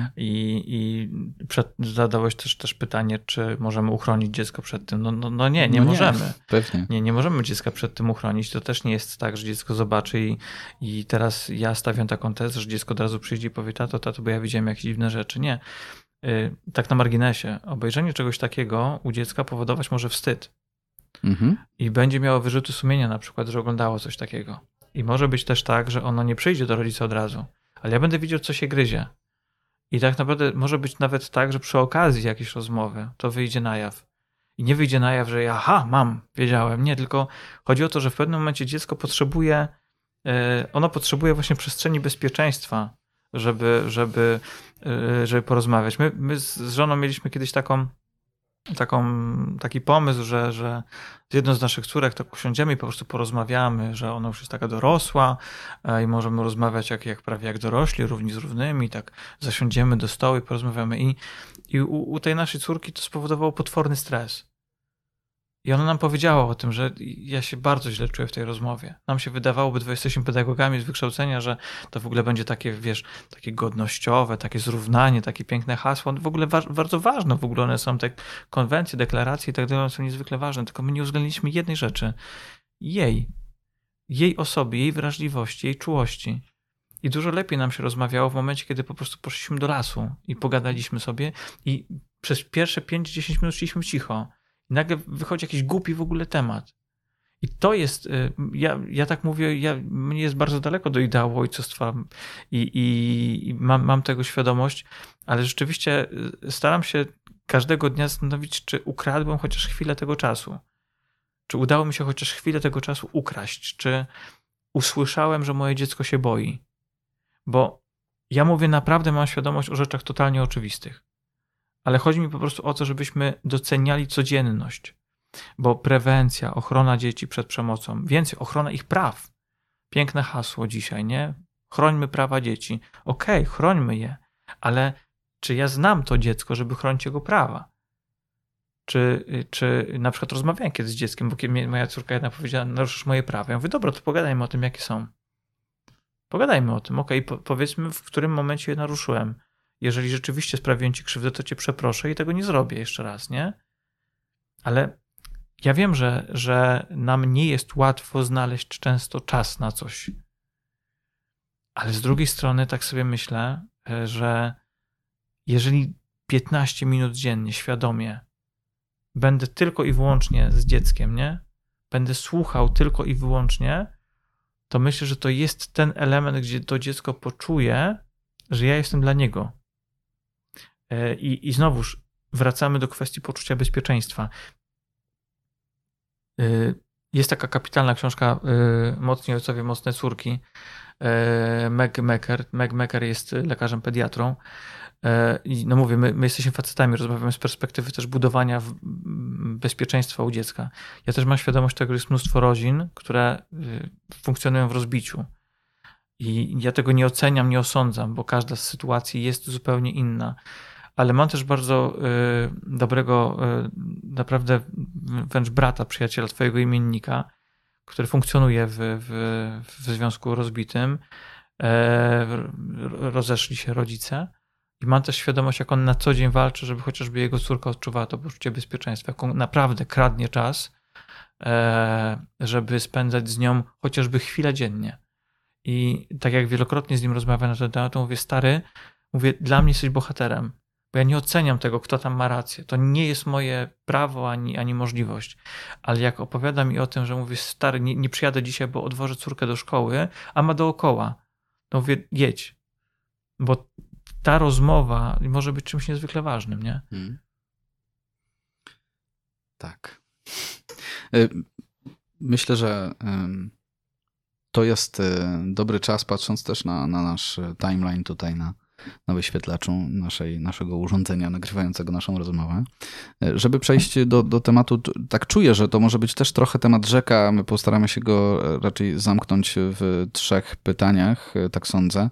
I zadałeś też pytanie, czy możemy uchronić dziecko przed tym. No nie możemy. Pewnie. Nie możemy dziecka przed tym uchronić. To też nie jest tak, że dziecko zobaczy i teraz ja stawiam taką tezę, że dziecko od razu przyjdzie i powie, tato, bo ja widziałem jakieś dziwne rzeczy. Nie. Tak na marginesie. Obejrzenie czegoś takiego u dziecka powodować może wstyd. I będzie miało wyrzuty sumienia na przykład, że oglądało coś takiego. I może być też tak, że ono nie przyjdzie do rodzica od razu, ale ja będę widział, co się gryzie. I tak naprawdę może być nawet tak, że przy okazji jakiejś rozmowy to wyjdzie na jaw. I nie wyjdzie na jaw, że wiedziałem. Nie, tylko chodzi o to, że w pewnym momencie dziecko potrzebuje właśnie przestrzeni bezpieczeństwa, żeby porozmawiać. My z żoną mieliśmy kiedyś taki pomysł, że z jedną z naszych córek tak usiądziemy i po prostu porozmawiamy, że ona już jest taka dorosła i możemy rozmawiać prawie jak dorośli, równi z równymi, tak zasiądziemy do stołu i porozmawiamy. I u tej naszej córki to spowodowało potworny stres. I ona nam powiedziała o tym, że ja się bardzo źle czuję w tej rozmowie. Nam się wydawało, obydwoje jesteśmy pedagogami z wykształcenia, że to w ogóle będzie takie, wiesz, takie godnościowe, takie zrównanie, takie piękne hasło. W ogóle bardzo ważne, w ogóle one są te konwencje, deklaracje i tak dalej, one są niezwykle ważne, tylko my nie uwzględniliśmy jednej rzeczy. Jej osoby, jej wrażliwości, jej czułości. I dużo lepiej nam się rozmawiało w momencie, kiedy po prostu poszliśmy do lasu i pogadaliśmy sobie i przez pierwsze 5-10 minut szliśmy cicho. I nagle wychodzi jakiś głupi w ogóle temat. I to jest, ja tak mówię, mnie jest bardzo daleko do ideału ojcostwa i mam tego świadomość, ale rzeczywiście staram się każdego dnia zastanowić, czy ukradłem chociaż chwilę tego czasu. Czy udało mi się chociaż chwilę tego czasu ukraść? Czy usłyszałem, że moje dziecko się boi? Bo ja mówię, naprawdę mam świadomość o rzeczach totalnie oczywistych. Ale chodzi mi po prostu o to, żebyśmy doceniali codzienność. Bo prewencja, ochrona dzieci przed przemocą, więcej, ochrona ich praw. Piękne hasło dzisiaj, nie? Chrońmy prawa dzieci. Okej, chrońmy je, ale czy ja znam to dziecko, żeby chronić jego prawa? Czy na przykład rozmawiałem kiedyś z dzieckiem, bo kiedy moja córka jedna powiedziała, naruszysz moje prawa. Ja mówię, dobra, to pogadajmy o tym, jakie są. Pogadajmy o tym, powiedzmy, w którym momencie je naruszyłem. Jeżeli rzeczywiście sprawiłem ci krzywdę, to cię przeproszę i tego nie zrobię jeszcze raz, nie? Ale ja wiem, że nam nie jest łatwo znaleźć często czas na coś. Ale z drugiej strony tak sobie myślę, że jeżeli 15 minut dziennie świadomie będę tylko i wyłącznie z dzieckiem, nie? Będę słuchał tylko i wyłącznie, to myślę, że to jest ten element, gdzie to dziecko poczuje, że ja jestem dla niego. I znowuż wracamy do kwestii poczucia bezpieczeństwa. Jest taka kapitalna książka Mocni ojcowie, mocne córki. Meg Mecker jest lekarzem pediatrą. I no mówię, my jesteśmy facetami, rozmawiamy z perspektywy też budowania bezpieczeństwa u dziecka. Ja też mam świadomość tego, że jest mnóstwo rodzin, które funkcjonują w rozbiciu. I ja tego nie oceniam, nie osądzam, bo każda z sytuacji jest zupełnie inna. Ale mam też bardzo dobrego, naprawdę wręcz brata, przyjaciela, twojego imiennika, który funkcjonuje w związku rozbitym. Rozeszli się rodzice. I mam też świadomość, jak on na co dzień walczy, żeby chociażby jego córka odczuwała to poczucie bezpieczeństwa. Jak on naprawdę kradnie czas, żeby spędzać z nią chociażby chwilę dziennie. I tak jak wielokrotnie z nim rozmawiam na ten temat, to mówię, stary, dla mnie jesteś bohaterem. Bo ja nie oceniam tego, kto tam ma rację. To nie jest moje prawo ani możliwość. Ale jak opowiada mi o tym, że mówię, stary, nie przyjadę dzisiaj, bo odwożę córkę do szkoły, a ma dookoła. To mówię, jedź. Bo ta rozmowa może być czymś niezwykle ważnym, nie? Tak. Myślę, że to jest dobry czas, patrząc też na nasz timeline tutaj na wyświetlaczu naszego urządzenia nagrywającego naszą rozmowę. Żeby przejść do tematu, tak czuję, że to może być też trochę temat rzeka. My postaramy się go raczej zamknąć w 3 pytaniach, tak sądzę.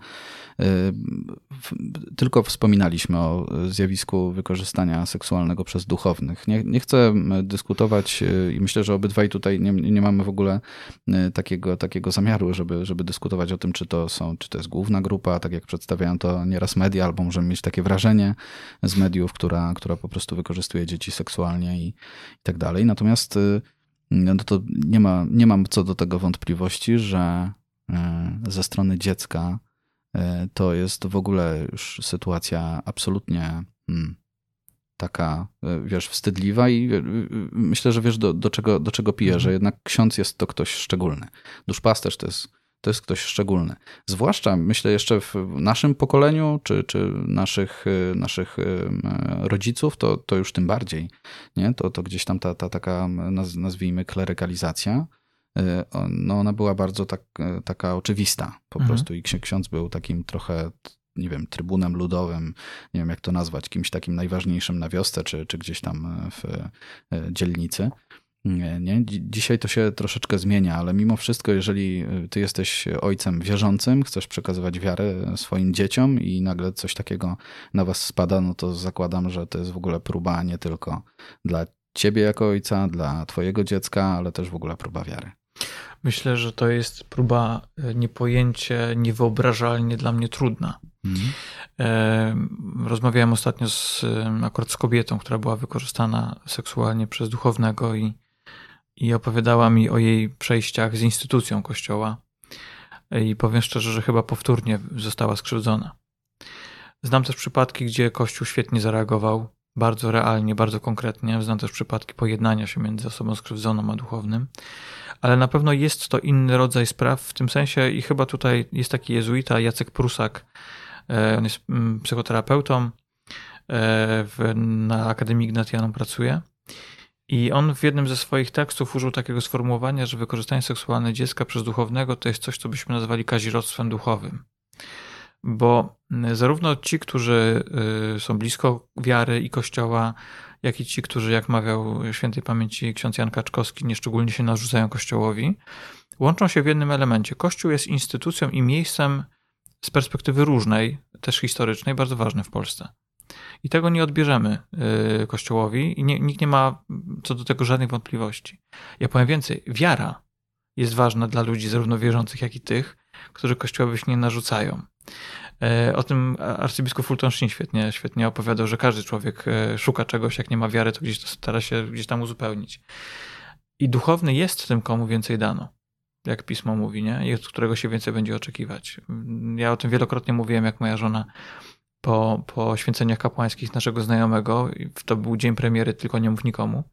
Tylko wspominaliśmy o zjawisku wykorzystania seksualnego przez duchownych. Nie chcę dyskutować i myślę, że obydwaj tutaj nie mamy w ogóle takiego zamiaru, żeby dyskutować o tym, czy to jest główna grupa, tak jak przedstawiają to nieraz media, albo możemy mieć takie wrażenie z mediów, która po prostu wykorzystuje dzieci seksualnie i tak dalej. Natomiast no to nie mam co do tego wątpliwości, że ze strony dziecka to jest w ogóle już sytuacja absolutnie taka, wiesz, wstydliwa i myślę, że wiesz do czego piję, że jednak ksiądz jest to ktoś szczególny. Duszpasterz to jest ktoś szczególny. Zwłaszcza myślę jeszcze w naszym pokoleniu, czy naszych rodziców, to już tym bardziej. Nie? To gdzieś tam ta taka, nazwijmy, klerykalizacja, no ona była bardzo taka oczywista po prostu i ksiądz był takim trochę, nie wiem, trybunem ludowym, nie wiem jak to nazwać, kimś takim najważniejszym na wiosce, czy gdzieś tam w dzielnicy. Nie? Dzisiaj to się troszeczkę zmienia, ale mimo wszystko, jeżeli ty jesteś ojcem wierzącym, chcesz przekazywać wiarę swoim dzieciom i nagle coś takiego na was spada, no to zakładam, że to jest w ogóle próba nie tylko dla ciebie jako ojca, dla twojego dziecka, ale też w ogóle próba wiary. Myślę, że to jest próba niepojęcie, niewyobrażalnie dla mnie trudna. Rozmawiałem ostatnio akurat z kobietą, która była wykorzystana seksualnie przez duchownego i opowiadała mi o jej przejściach z instytucją Kościoła. I powiem szczerze, że chyba powtórnie została skrzywdzona. Znam też przypadki, gdzie Kościół świetnie zareagował, bardzo realnie, bardzo konkretnie. Znam też przypadki pojednania się między osobą skrzywdzoną a duchownym. Ale na pewno jest to inny rodzaj spraw w tym sensie i chyba tutaj jest taki jezuita Jacek Prusak. On jest psychoterapeutą na Akademii Ignatianum pracuje. I on w jednym ze swoich tekstów użył takiego sformułowania, że wykorzystanie seksualne dziecka przez duchownego to jest coś, co byśmy nazwali kazirodztwem duchowym. Bo zarówno ci, którzy są blisko wiary i Kościoła, jak i ci, którzy, jak mawiał świętej pamięci ksiądz Jan Kaczkowski, nieszczególnie się narzucają Kościołowi, łączą się w jednym elemencie. Kościół jest instytucją i miejscem z perspektywy różnej, też historycznej, bardzo ważnym w Polsce. I tego nie odbierzemy Kościołowi i nikt nie ma co do tego żadnych wątpliwości. Ja powiem więcej, wiara jest ważna dla ludzi zarówno wierzących, jak i tych, którzy Kościołowi się nie narzucają. O tym arcybiskup Fulton Sheen świetnie opowiadał, że każdy człowiek szuka czegoś, jak nie ma wiary, to gdzieś to stara się gdzieś tam uzupełnić. I duchowny jest tym, komu więcej dano, jak Pismo mówi, nie? I od którego się więcej będzie oczekiwać. Ja o tym wielokrotnie mówiłem, jak moja żona po święceniach kapłańskich naszego znajomego, to był dzień premiery Tylko nie mów nikomu,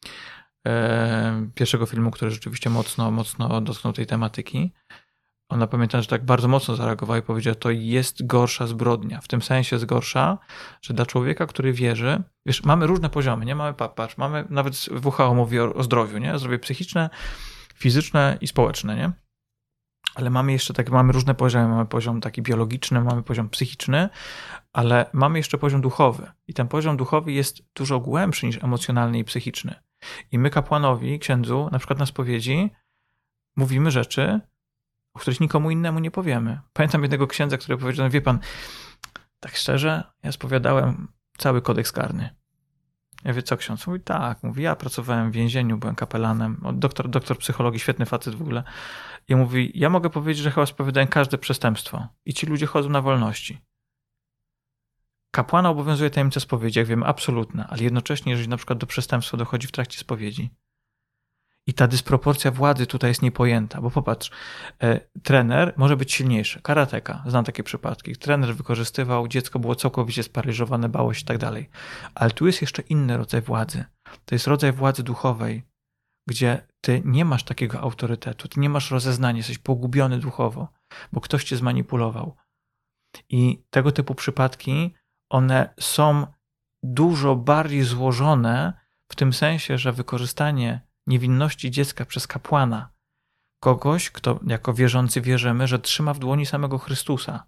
pierwszego filmu, który rzeczywiście mocno dotknął tej tematyki. Ona, pamiętam, że tak bardzo mocno zareagowała i powiedziała, to jest gorsza zbrodnia. W tym sensie jest gorsza, że dla człowieka, który wierzy, wiesz, mamy różne poziomy, nie? Patrz, mamy, nawet WHO mówi o zdrowiu, nie? Zdrowie psychiczne, fizyczne i społeczne, nie? Ale mamy jeszcze mamy różne poziomy. Mamy poziom taki biologiczny, mamy poziom psychiczny, ale mamy jeszcze poziom duchowy. I ten poziom duchowy jest dużo głębszy niż emocjonalny i psychiczny. I my kapłanowi, księdzu, na przykład na spowiedzi, mówimy rzeczy, o których nikomu innemu nie powiemy. Pamiętam jednego księdza, który powiedział, wie pan, tak szczerze, ja spowiadałem cały kodeks karny. Ja mówię, co ksiądz? Mówi, tak. Mówi, ja pracowałem w więzieniu, byłem kapelanem. Doktor psychologii, świetny facet w ogóle. I mówi, ja mogę powiedzieć, że chyba spowiadałem każde przestępstwo. I ci ludzie chodzą na wolności. Kapłana obowiązuje tajemnica spowiedzi, jak wiemy, absolutna. Ale jednocześnie, jeżeli na przykład do przestępstwa dochodzi w trakcie spowiedzi, i ta dysproporcja władzy tutaj jest niepojęta, bo popatrz, trener może być silniejszy, karateka, znam takie przypadki, trener wykorzystywał, dziecko było całkowicie sparaliżowane, bało się i tak dalej, ale tu jest jeszcze inny rodzaj władzy, to jest rodzaj władzy duchowej, gdzie ty nie masz takiego autorytetu, ty nie masz rozeznania, jesteś pogubiony duchowo, bo ktoś cię zmanipulował i tego typu przypadki, one są dużo bardziej złożone w tym sensie, że wykorzystanie niewinności dziecka przez kapłana, kogoś, kto jako wierzący wierzymy, że trzyma w dłoni samego Chrystusa,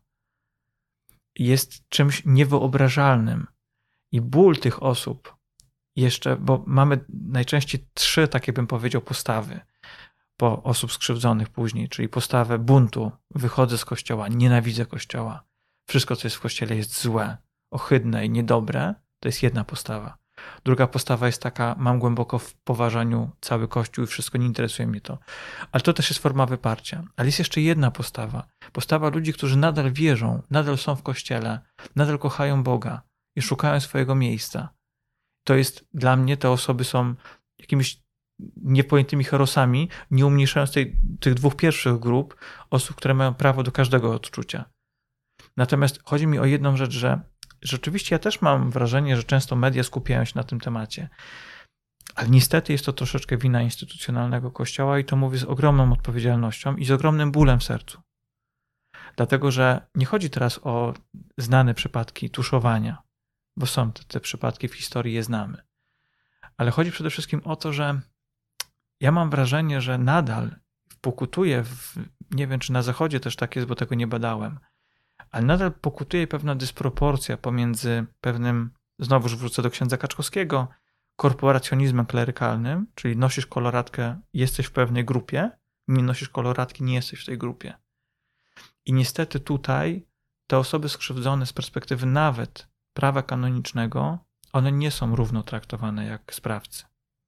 jest czymś niewyobrażalnym. I ból tych osób jeszcze, bo mamy najczęściej 3, takie bym powiedział, postawy po osób skrzywdzonych później, czyli postawę buntu, wychodzę z Kościoła, nienawidzę Kościoła, wszystko, co jest w Kościele jest złe, ohydne i niedobre, to jest jedna postawa. Druga postawa jest taka, mam głęboko w poważaniu cały Kościół i wszystko, nie interesuje mnie to. Ale to też jest forma wyparcia. Ale jest jeszcze jedna postawa. Postawa ludzi, którzy nadal wierzą, nadal są w Kościele, nadal kochają Boga i szukają swojego miejsca. To jest, dla mnie te osoby są jakimiś niepojętymi herosami, nie umniejszając tych 2 pierwszych grup osób, które mają prawo do każdego odczucia. Natomiast chodzi mi o jedną rzecz, że rzeczywiście ja też mam wrażenie, że często media skupiają się na tym temacie, ale niestety jest to troszeczkę wina instytucjonalnego Kościoła i to mówię z ogromną odpowiedzialnością i z ogromnym bólem w sercu. Dlatego, że nie chodzi teraz o znane przypadki tuszowania, bo są te przypadki w historii, je znamy. Ale chodzi przede wszystkim o to, że ja mam wrażenie, że nadal pokutuje, nie wiem czy na Zachodzie też tak jest, bo tego nie badałem, ale nadal pokutuje pewna dysproporcja pomiędzy pewnym, znowuż wrócę do księdza Kaczkowskiego, korporacjonizmem klerykalnym, czyli nosisz koloratkę, jesteś w pewnej grupie, nie nosisz koloratki, nie jesteś w tej grupie. I niestety tutaj te osoby skrzywdzone z perspektywy nawet prawa kanonicznego, one nie są równo traktowane jak sprawcy.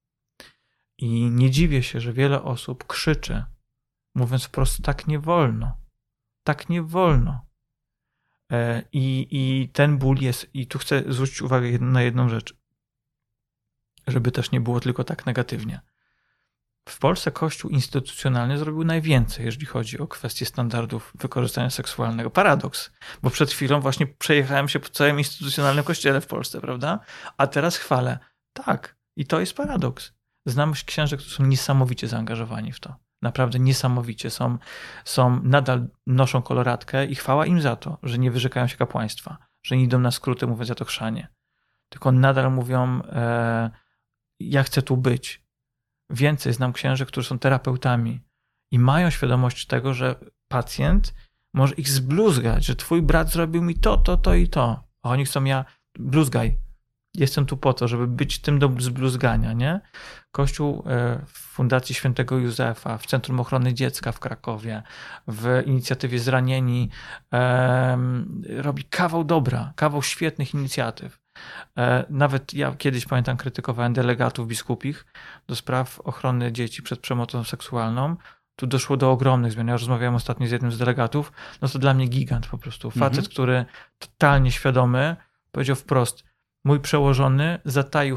I nie dziwię się, że wiele osób krzyczy, mówiąc wprost, tak nie wolno, tak nie wolno. I ten ból jest, i tu chcę zwrócić uwagę na jedną rzecz, żeby też nie było tylko tak negatywnie. W Polsce Kościół instytucjonalny zrobił najwięcej, jeżeli chodzi o kwestie standardów wykorzystania seksualnego. Paradoks, bo przed chwilą właśnie przejechałem się po całym instytucjonalnym kościele w Polsce, prawda? A teraz chwalę. Tak, i to jest paradoks. Znam księży, którzy są niesamowicie zaangażowani w to. Naprawdę niesamowicie. Nadal noszą koloratkę i chwała im za to, że nie wyrzekają się kapłaństwa, że nie idą na skróty, mówiąc za to chrzanie. tylko nadal mówią, ja chcę tu być. Więcej znam księży, którzy są terapeutami i mają świadomość tego, że pacjent może ich zbluzgać, że twój brat zrobił mi to i to. A oni chcą, bluzgaj. Jestem tu po to, żeby być tym do zbluzgania, nie? Kościół w Fundacji Świętego Józefa, w Centrum Ochrony Dziecka w Krakowie, w inicjatywie Zranieni robi kawał dobra, kawał świetnych inicjatyw. Nawet ja kiedyś, pamiętam, krytykowałem delegatów biskupich do spraw ochrony dzieci przed przemocą seksualną. Tu doszło do ogromnych zmian. Ja rozmawiałem ostatnio z jednym z delegatów. No to dla mnie gigant po prostu. Facet, który totalnie świadomy powiedział wprost, mój przełożony zataił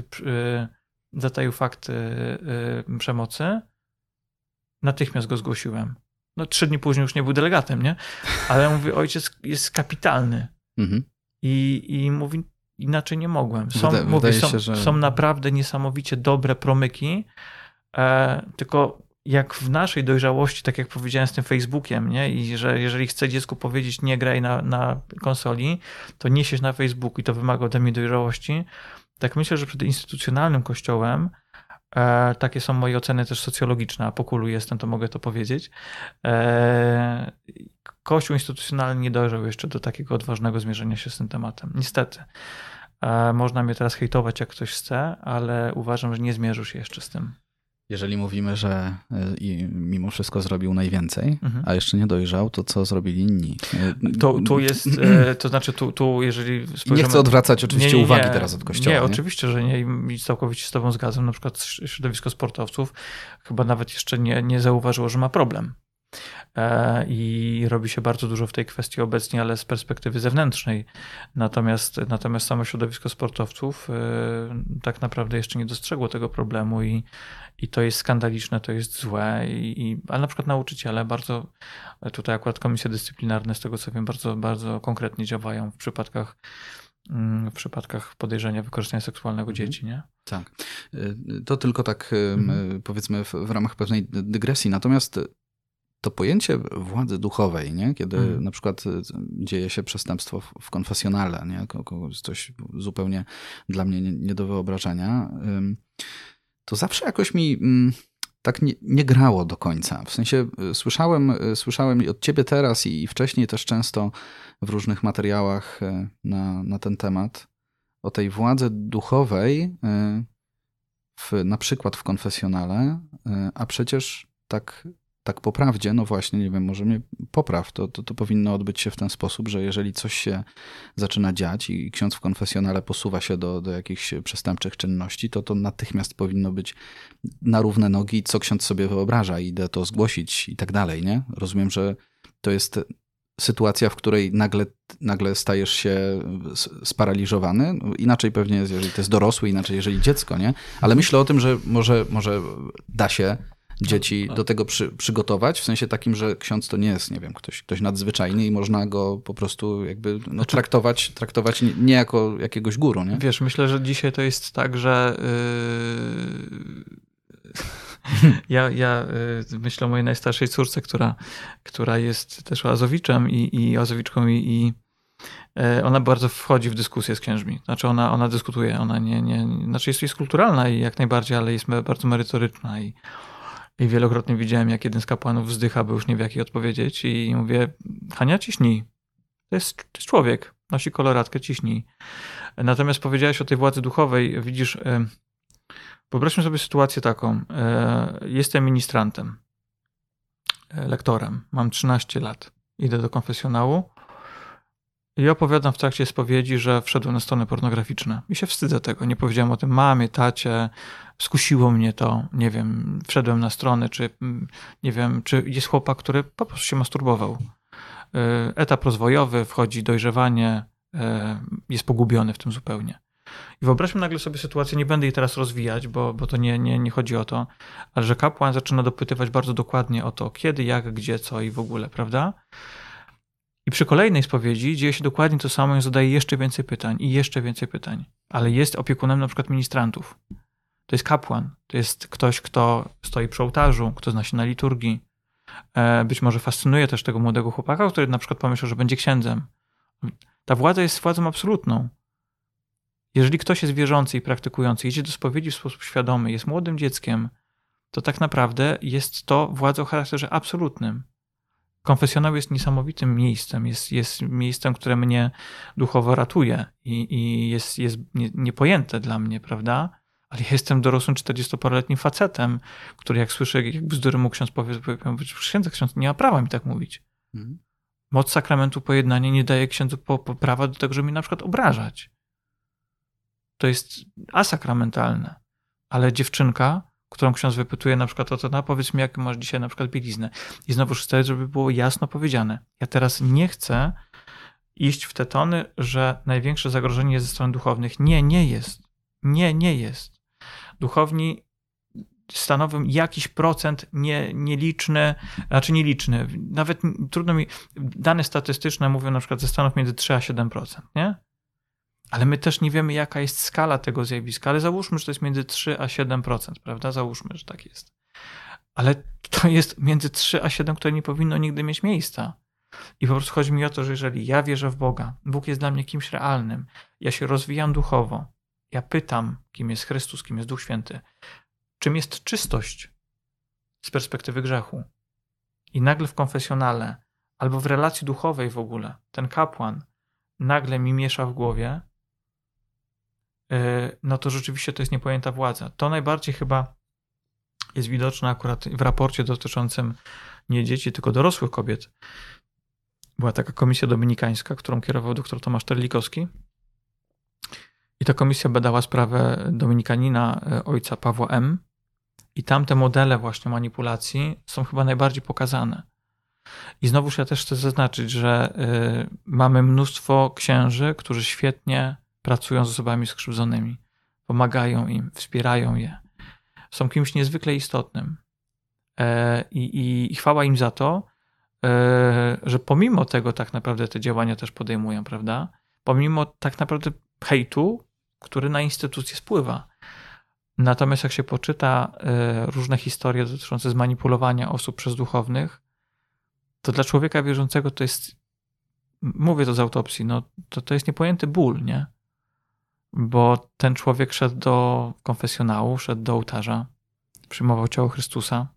fakty przemocy. Natychmiast go zgłosiłem. No 3 dni później już nie był delegatem, nie? Ale mówię, ojciec jest kapitalny. I mówi, inaczej nie mogłem. Są naprawdę niesamowicie dobre promyki, tylko jak w naszej dojrzałości, tak jak powiedziałem z tym Facebookiem, nie? I że jeżeli chcę dziecku powiedzieć nie graj na konsoli, to nie siedź na Facebooku i to wymaga ode mnie dojrzałości. Tak myślę, że przed instytucjonalnym kościołem, takie są moje oceny też socjologiczne, a po kulu jestem, to mogę to powiedzieć, kościół instytucjonalny nie dojrzał jeszcze do takiego odważnego zmierzenia się z tym tematem. Niestety. Można mnie teraz hejtować, jak ktoś chce, ale uważam, że nie zmierzył się jeszcze z tym. Jeżeli mówimy, że mimo wszystko zrobił najwięcej, a jeszcze nie dojrzał, to co zrobili inni? Tu jest, to znaczy tu jeżeli spojrzymy... Nie chcę odwracać oczywiście uwagi teraz od Kościoła. Nie, oczywiście, że nie i całkowicie się z tobą zgadzam. Na przykład środowisko sportowców chyba nawet jeszcze nie zauważyło, że ma problem. I robi się bardzo dużo w tej kwestii obecnie, ale z perspektywy zewnętrznej. Natomiast samo środowisko sportowców tak naprawdę jeszcze nie dostrzegło tego problemu i to jest skandaliczne, to jest złe. Ale na przykład nauczyciele bardzo, tutaj akurat komisje dyscyplinarne, z tego co wiem, bardzo, bardzo konkretnie działają w przypadkach podejrzenia wykorzystania seksualnego dzieci, nie? Tak. To tylko tak powiedzmy w ramach pewnej dygresji. Natomiast to pojęcie władzy duchowej, nie? Kiedy na przykład dzieje się przestępstwo w konfesjonale, nie? Coś zupełnie dla mnie nie do wyobrażenia, to zawsze jakoś mi tak nie grało do końca. W sensie słyszałem od ciebie teraz i wcześniej też często w różnych materiałach na ten temat o tej władzy duchowej na przykład w konfesjonale, a przecież tak po prawdzie, no właśnie, nie wiem, może mnie popraw, to powinno odbyć się w ten sposób, że jeżeli coś się zaczyna dziać i ksiądz w konfesjonale posuwa się do jakichś przestępczych czynności, to natychmiast powinno być na równe nogi, co ksiądz sobie wyobraża, idę to zgłosić i tak dalej, nie? Rozumiem, że to jest sytuacja, w której nagle stajesz się sparaliżowany. Inaczej pewnie jest, jeżeli to jest dorosły, inaczej jeżeli dziecko, nie? Ale myślę o tym, że może da się dzieci do tego przygotować, w sensie takim, że ksiądz to nie jest, nie wiem, ktoś nadzwyczajny i można go po prostu jakby traktować nie jako jakiegoś guru, nie? Wiesz, myślę, że dzisiaj to jest tak, że ja myślę o mojej najstarszej córce, która jest też oazowiczem i oazowiczką i ona bardzo wchodzi w dyskusję z księżmi. Znaczy ona dyskutuje, ona znaczy jest kulturalna i jak najbardziej, ale jest bardzo merytoryczna i wielokrotnie widziałem, jak jeden z kapłanów wzdycha, bo już nie wie, jak jej odpowiedzieć i mówię, Hania, ciśnij. To jest człowiek, nosi koloratkę, ciśnij. Natomiast powiedziałeś o tej władzy duchowej, widzisz, wyobraźmy sobie sytuację taką. Jestem ministrantem, lektorem, mam 13 lat, idę do konfesjonału i opowiadam w trakcie spowiedzi, że wszedłem na strony pornograficzne. I się wstydzę tego. Nie powiedziałem o tym mamie, tacie, skusiło mnie to, nie wiem, wszedłem na stronę, czy nie wiem, czy jest chłopak, który po prostu się masturbował. Etap rozwojowy, wchodzi dojrzewanie, jest pogubiony w tym zupełnie. I wyobraźmy nagle sobie sytuację, nie będę jej teraz rozwijać, bo to nie chodzi o to, ale że kapłan zaczyna dopytywać bardzo dokładnie o to, kiedy, jak, gdzie, co i w ogóle, prawda? I przy kolejnej spowiedzi dzieje się dokładnie to samo i zadaje jeszcze więcej pytań i jeszcze więcej pytań. Ale jest opiekunem na przykład ministrantów. To jest kapłan. To jest ktoś, kto stoi przy ołtarzu, kto zna się na liturgii. Być może fascynuje też tego młodego chłopaka, który na przykład pomyślał, że będzie księdzem. Ta władza jest władzą absolutną. Jeżeli ktoś jest wierzący i praktykujący, idzie do spowiedzi w sposób świadomy, jest młodym dzieckiem, to tak naprawdę jest to władza o charakterze absolutnym. Konfesjonał jest niesamowitym miejscem, jest miejscem, które mnie duchowo ratuje i jest niepojęte dla mnie, prawda? Ale ja jestem dorosłym 40-paroletnim facetem, który jak słyszę, jak bzdury mu ksiądz powie, ksiądz nie ma prawa mi tak mówić. Moc sakramentu pojednania nie daje księdzu prawa do tego, żeby mnie na przykład obrażać. To jest asakramentalne. Ale dziewczynka, którą ksiądz wypytuje na przykład o to, powiedz mi, jak masz dzisiaj na przykład bieliznę. I znowu chcę, żeby było jasno powiedziane. Ja teraz nie chcę iść w te tony, że największe zagrożenie jest ze strony duchownych. Nie jest. Nie jest. Duchowni stanowią jakiś procent nieliczny, nawet trudno mi, dane statystyczne mówią na przykład ze Stanów między 3 a 7%, nie? Ale my też nie wiemy, jaka jest skala tego zjawiska, ale załóżmy, że to jest między 3 a 7%, prawda? Załóżmy, że tak jest. Ale to jest między 3 a 7, które nie powinno nigdy mieć miejsca. I po prostu chodzi mi o to, że jeżeli ja wierzę w Boga, Bóg jest dla mnie kimś realnym, ja się rozwijam duchowo, ja pytam, kim jest Chrystus, kim jest Duch Święty, czym jest czystość z perspektywy grzechu. I nagle w konfesjonale albo w relacji duchowej w ogóle ten kapłan nagle mi miesza w głowie, no to rzeczywiście to jest niepojęta władza. To najbardziej chyba jest widoczne akurat w raporcie dotyczącym nie dzieci, tylko dorosłych kobiet. Była taka komisja dominikańska, którą kierował dr Tomasz Terlikowski. I ta komisja badała sprawę dominikanina ojca Pawła M. I tam te modele właśnie manipulacji są chyba najbardziej pokazane. I znowuż ja też chcę zaznaczyć, że mamy mnóstwo księży, którzy świetnie pracują z osobami skrzywdzonymi. Pomagają im, wspierają je. Są kimś niezwykle istotnym. I chwała im za to, że pomimo tego tak naprawdę te działania też podejmują, prawda? Pomimo tak naprawdę hejtu, który na instytucje spływa. Natomiast jak się poczyta różne historie dotyczące zmanipulowania osób przez duchownych, to dla człowieka wierzącego to jest, mówię to z autopsji, no to jest niepojęty ból, nie? Bo ten człowiek szedł do konfesjonału, szedł do ołtarza, przyjmował ciało Chrystusa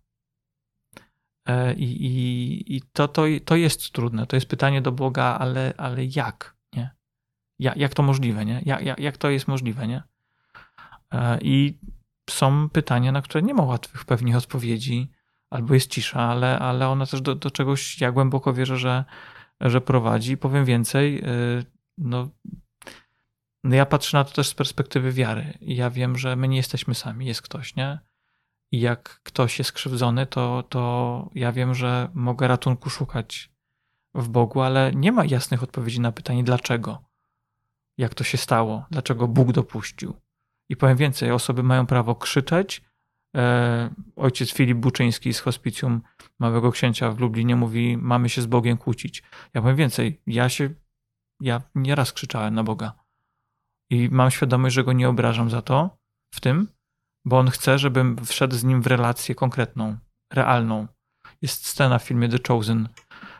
i to jest trudne. To jest pytanie do Boga, ale jak, nie? Jak to możliwe, nie? Jak to jest możliwe, nie? I są pytania, na które nie ma łatwych pewnie odpowiedzi, albo jest cisza, ale ona też do czegoś, ja głęboko wierzę, że prowadzi. Powiem więcej, no ja patrzę na to też z perspektywy wiary i ja wiem, że my nie jesteśmy sami, jest ktoś, nie? I jak ktoś jest krzywdzony, to ja wiem, że mogę ratunku szukać w Bogu, ale nie ma jasnych odpowiedzi na pytanie dlaczego, jak to się stało, dlaczego Bóg dopuścił. I powiem więcej, osoby mają prawo krzyczeć. Ojciec Filip Buczyński z Hospicjum Małego Księcia w Lublinie mówi, mamy się z Bogiem kłócić. Ja powiem więcej, ja nieraz krzyczałem na Boga. I mam świadomość, że go nie obrażam za to w tym, bo on chce, żebym wszedł z nim w relację konkretną, realną. Jest scena w filmie The Chosen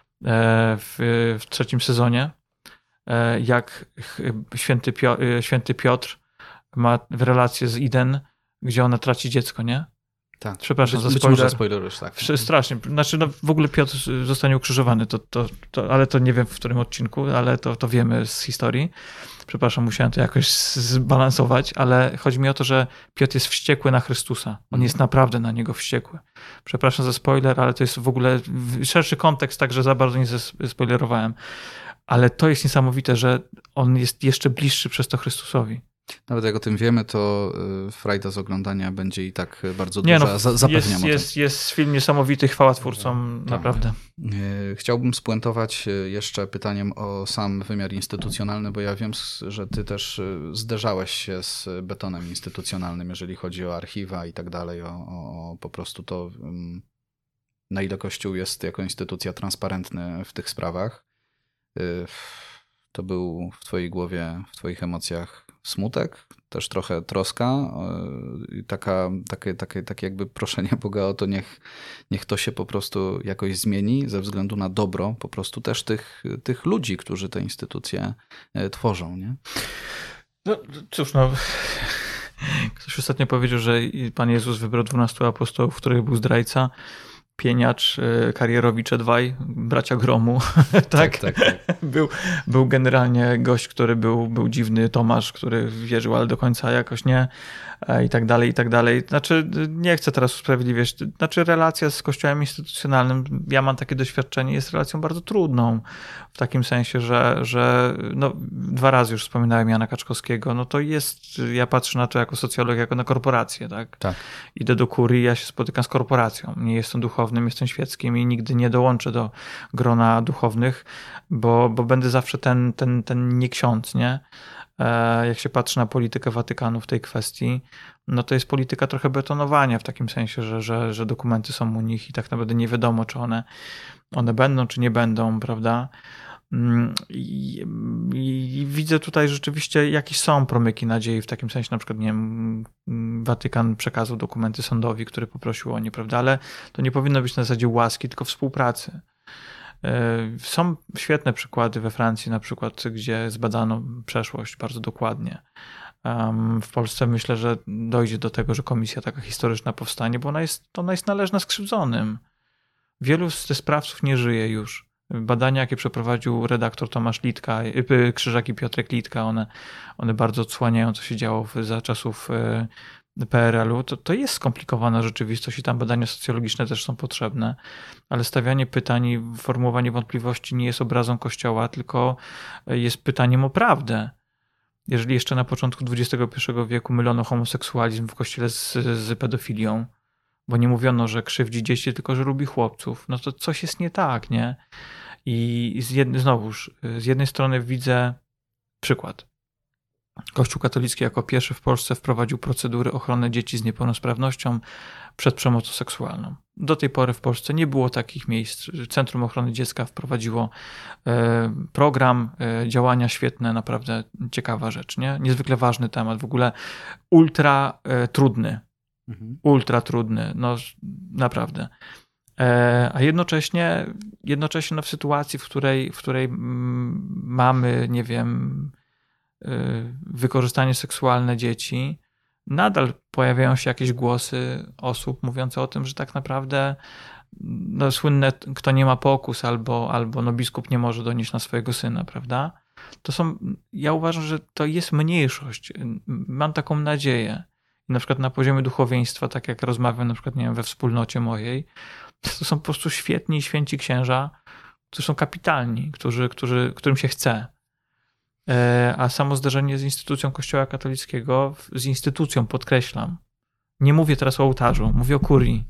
w 3. sezonie, jak święty Piotr ma relację z Iden, gdzie ona traci dziecko, nie? Tak. Przepraszam za spoiler. Może spoilerujesz, tak. Strasznie. Znaczy, no w ogóle Piotr zostanie ukrzyżowany, ale to nie wiem w którym odcinku, ale to wiemy z historii. Przepraszam, musiałem to jakoś zbalansować, ale chodzi mi o to, że Piotr jest wściekły na Chrystusa. On jest naprawdę na niego wściekły. Przepraszam za spoiler, ale to jest w ogóle szerszy kontekst, także za bardzo nie spoilerowałem. Ale to jest niesamowite, że on jest jeszcze bliższy przez to Chrystusowi. Nawet jak o tym wiemy, to frajda z oglądania będzie i tak bardzo duża, zapewniam o tym. Jest film niesamowity, chwała twórcom, tak. Naprawdę. Chciałbym spuentować jeszcze pytaniem o sam wymiar instytucjonalny, bo ja wiem, że ty też zderzałeś się z betonem instytucjonalnym, jeżeli chodzi o archiwa i tak dalej, o po prostu to, na ile Kościół jest jako instytucja transparentny w tych sprawach. To był w twojej głowie, w twoich emocjach smutek, też trochę troska i takie jakby proszenie Boga o to, niech to się po prostu jakoś zmieni ze względu na dobro po prostu też tych ludzi, którzy te instytucje tworzą, nie? No cóż, ktoś ostatnio powiedział, że Pan Jezus wybrał 12 apostołów, w których był zdrajca, pieniacz, karierowicze dwaj, bracia gromu. Tak? Tak. Był generalnie gość, który był dziwny, Tomasz, który wierzył, ale do końca jakoś nie, i tak dalej, i tak dalej. Znaczy, nie chcę teraz usprawiedliwiać. Znaczy, relacja z kościołem instytucjonalnym, ja mam takie doświadczenie, jest relacją bardzo trudną. W takim sensie, że 2 razy już wspominałem Jana Kaczkowskiego, no to jest, ja patrzę na to jako socjolog, jako na korporację, tak? Tak. Idę do kurii, ja się spotykam z korporacją. Nie jestem duchownym, jestem świeckim i nigdy nie dołączę do grona duchownych, bo będę zawsze ten nie ksiądz, nie? Jak się patrzy na politykę Watykanu w tej kwestii, no to jest polityka trochę betonowania w takim sensie, że dokumenty są u nich i tak naprawdę nie wiadomo, czy one będą, czy nie będą, prawda? I widzę tutaj rzeczywiście jakieś są promyki nadziei w takim sensie, na przykład, nie wiem, Watykan przekazał dokumenty sądowi, który poprosił o nie, prawda? Ale to nie powinno być na zasadzie łaski, tylko współpracy. Są świetne przykłady we Francji na przykład, gdzie zbadano przeszłość bardzo dokładnie. W Polsce myślę, że dojdzie do tego, że komisja taka historyczna powstanie, bo ona jest należna skrzywdzonym. Wielu z tych sprawców nie żyje już. Badania, jakie przeprowadził redaktor Tomasz Litka, Krzyżak i Piotrek Litka, one bardzo odsłaniają, co się działo za czasów PRL-u. To jest skomplikowana rzeczywistość i tam badania socjologiczne też są potrzebne, ale stawianie pytań i formułowanie wątpliwości nie jest obrazą Kościoła, tylko jest pytaniem o prawdę. Jeżeli jeszcze na początku XXI wieku mylono homoseksualizm w Kościele z pedofilią, bo nie mówiono, że krzywdzi dzieci, tylko że lubi chłopców, no to coś jest nie tak, nie? I z jednej strony widzę przykład. Kościół katolicki jako pierwszy w Polsce wprowadził procedury ochrony dzieci z niepełnosprawnością przed przemocą seksualną. Do tej pory w Polsce nie było takich miejsc. Centrum Ochrony Dziecka wprowadziło program, działania świetne, naprawdę ciekawa rzecz, nie? Niezwykle ważny temat, w ogóle ultra trudny. Ultra trudny, no naprawdę. A jednocześnie w sytuacji, w której mamy, nie wiem, wykorzystanie seksualne dzieci, nadal pojawiają się jakieś głosy osób mówiące o tym, że tak naprawdę słynne, kto nie ma pokus, albo biskup nie może donieść na swojego syna, prawda? Ja uważam, że to jest mniejszość. Mam taką nadzieję. Na przykład na poziomie duchowieństwa, tak jak rozmawiam na przykład, nie wiem, we wspólnocie mojej, to są po prostu świetni i święci księża, którzy są kapitalni, którym się chce. A samo zderzenie z instytucją Kościoła katolickiego, z instytucją, podkreślam, nie mówię teraz o ołtarzu, mówię o kurii,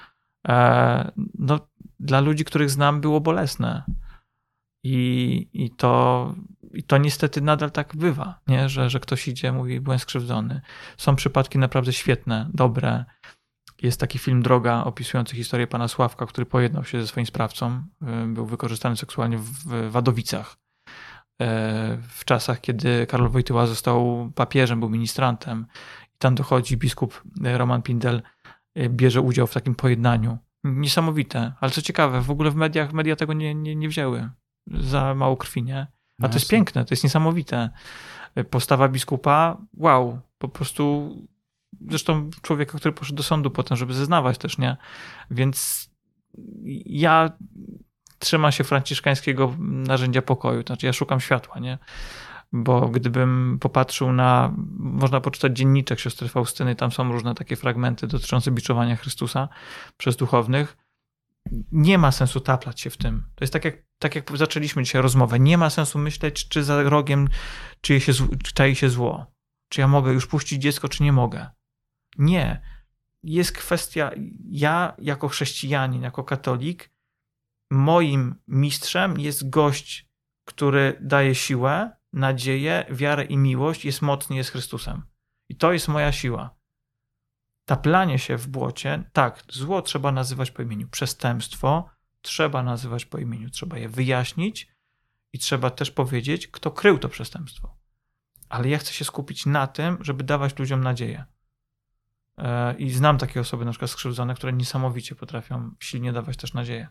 dla ludzi, których znam, było bolesne. I to niestety nadal tak bywa, nie? Że ktoś idzie, mówi, byłem skrzywdzony. Są przypadki naprawdę świetne, dobre. Jest taki film Droga opisujący historię pana Sławka, który pojednał się ze swoim sprawcą. Był wykorzystany seksualnie w Wadowicach. W czasach, kiedy Karol Wojtyła został papieżem, był ministrantem. I tam dochodzi biskup Roman Pindel, bierze udział w takim pojednaniu. Niesamowite. Ale co ciekawe, w ogóle w media tego nie wzięły. Za mało krwi, nie? A to jest piękne, to jest niesamowite. Postawa biskupa, wow, po prostu, zresztą człowieka, który poszedł do sądu potem, żeby zeznawać też, nie? Więc ja trzymam się franciszkańskiego narzędzia pokoju, to znaczy ja szukam światła, nie? Bo gdybym popatrzył można poczytać dzienniczek siostry Faustyny, tam są różne takie fragmenty dotyczące biczowania Chrystusa przez duchownych. Nie ma sensu taplać się w tym. To jest tak jak zaczęliśmy dzisiaj rozmowę. Nie ma sensu myśleć, czy za rogiem czai się zło. Czy ja mogę już puścić dziecko, czy nie mogę. Nie. Jest kwestia, ja jako chrześcijanin, jako katolik, moim mistrzem jest gość, który daje siłę, nadzieję, wiarę i miłość, jest mocny, jest Chrystusem. I to jest moja siła. Taplanie się w błocie, tak, zło trzeba nazywać po imieniu, przestępstwo trzeba nazywać po imieniu, trzeba je wyjaśnić i trzeba też powiedzieć, kto krył to przestępstwo. Ale ja chcę się skupić na tym, żeby dawać ludziom nadzieję. I znam takie osoby, na przykład skrzywdzone, które niesamowicie potrafią silnie dawać też nadzieję.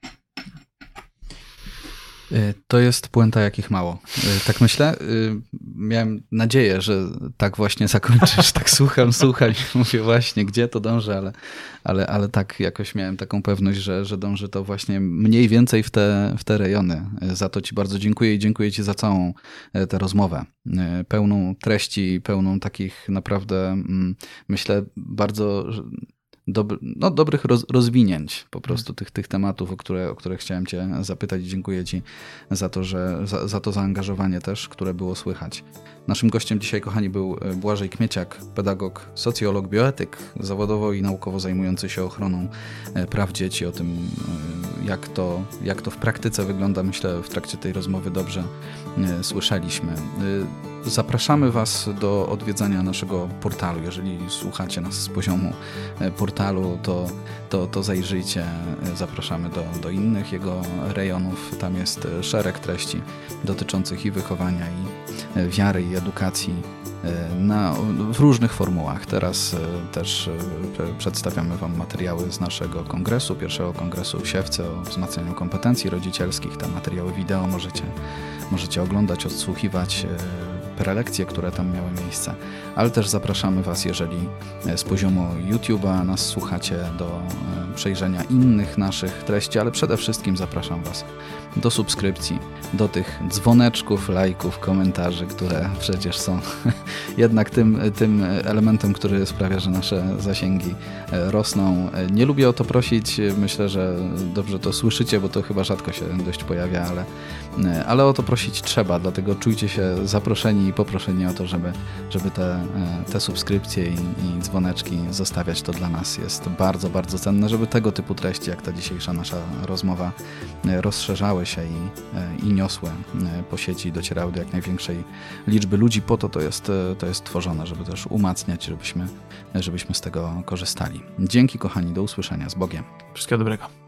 To jest puenta, jakich mało. Tak myślę. miałem nadzieję, że tak właśnie zakończysz. Tak słucham i mówię właśnie, gdzie to dąży, ale tak jakoś miałem taką pewność, że dąży to właśnie mniej więcej w te rejony. Za to ci bardzo dziękuję i dziękuję ci za całą tę rozmowę. Pełną treści, pełną takich naprawdę, myślę, bardzo dobrych rozwinięć po prostu tych tematów, o które chciałem cię zapytać. Dziękuję ci za to, za to zaangażowanie też, które było słychać. Naszym gościem dzisiaj, kochani, był Błażej Kmieciak, pedagog, socjolog, bioetyk, zawodowo i naukowo zajmujący się ochroną praw dzieci. O tym, jak to w praktyce wygląda, myślę, w trakcie tej rozmowy dobrze słyszeliśmy. Zapraszamy Was do odwiedzania naszego portalu. Jeżeli słuchacie nas z poziomu portalu, to zajrzyjcie. Zapraszamy do innych jego rejonów. Tam jest szereg treści dotyczących i wychowania, i wiary, i edukacji w różnych formułach. Teraz też przedstawiamy Wam materiały z naszego kongresu, pierwszego kongresu Siewce o wzmacnianiu kompetencji rodzicielskich. Te materiały wideo możecie oglądać, odsłuchiwać prelekcje, które tam miały miejsce, ale też zapraszamy Was, jeżeli z poziomu YouTube'a nas słuchacie, do przejrzenia innych naszych treści, ale przede wszystkim zapraszam Was do subskrypcji, do tych dzwoneczków, lajków, komentarzy, które przecież są jednak tym elementem, który sprawia, że nasze zasięgi rosną. Nie lubię o to prosić, myślę, że dobrze to słyszycie, bo to chyba rzadko się dość pojawia, ale o to prosić trzeba, dlatego czujcie się zaproszeni i poproszeni o to, żeby te subskrypcje i dzwoneczki zostawiać. To dla nas jest bardzo, bardzo cenne, żeby tego typu treści, jak ta dzisiejsza nasza rozmowa, rozszerzały się i niosły po sieci, docierały do jak największej liczby ludzi. Po to jest tworzone, żeby też umacniać, żebyśmy z tego korzystali. Dzięki, kochani, do usłyszenia. Z Bogiem. Wszystkiego dobrego.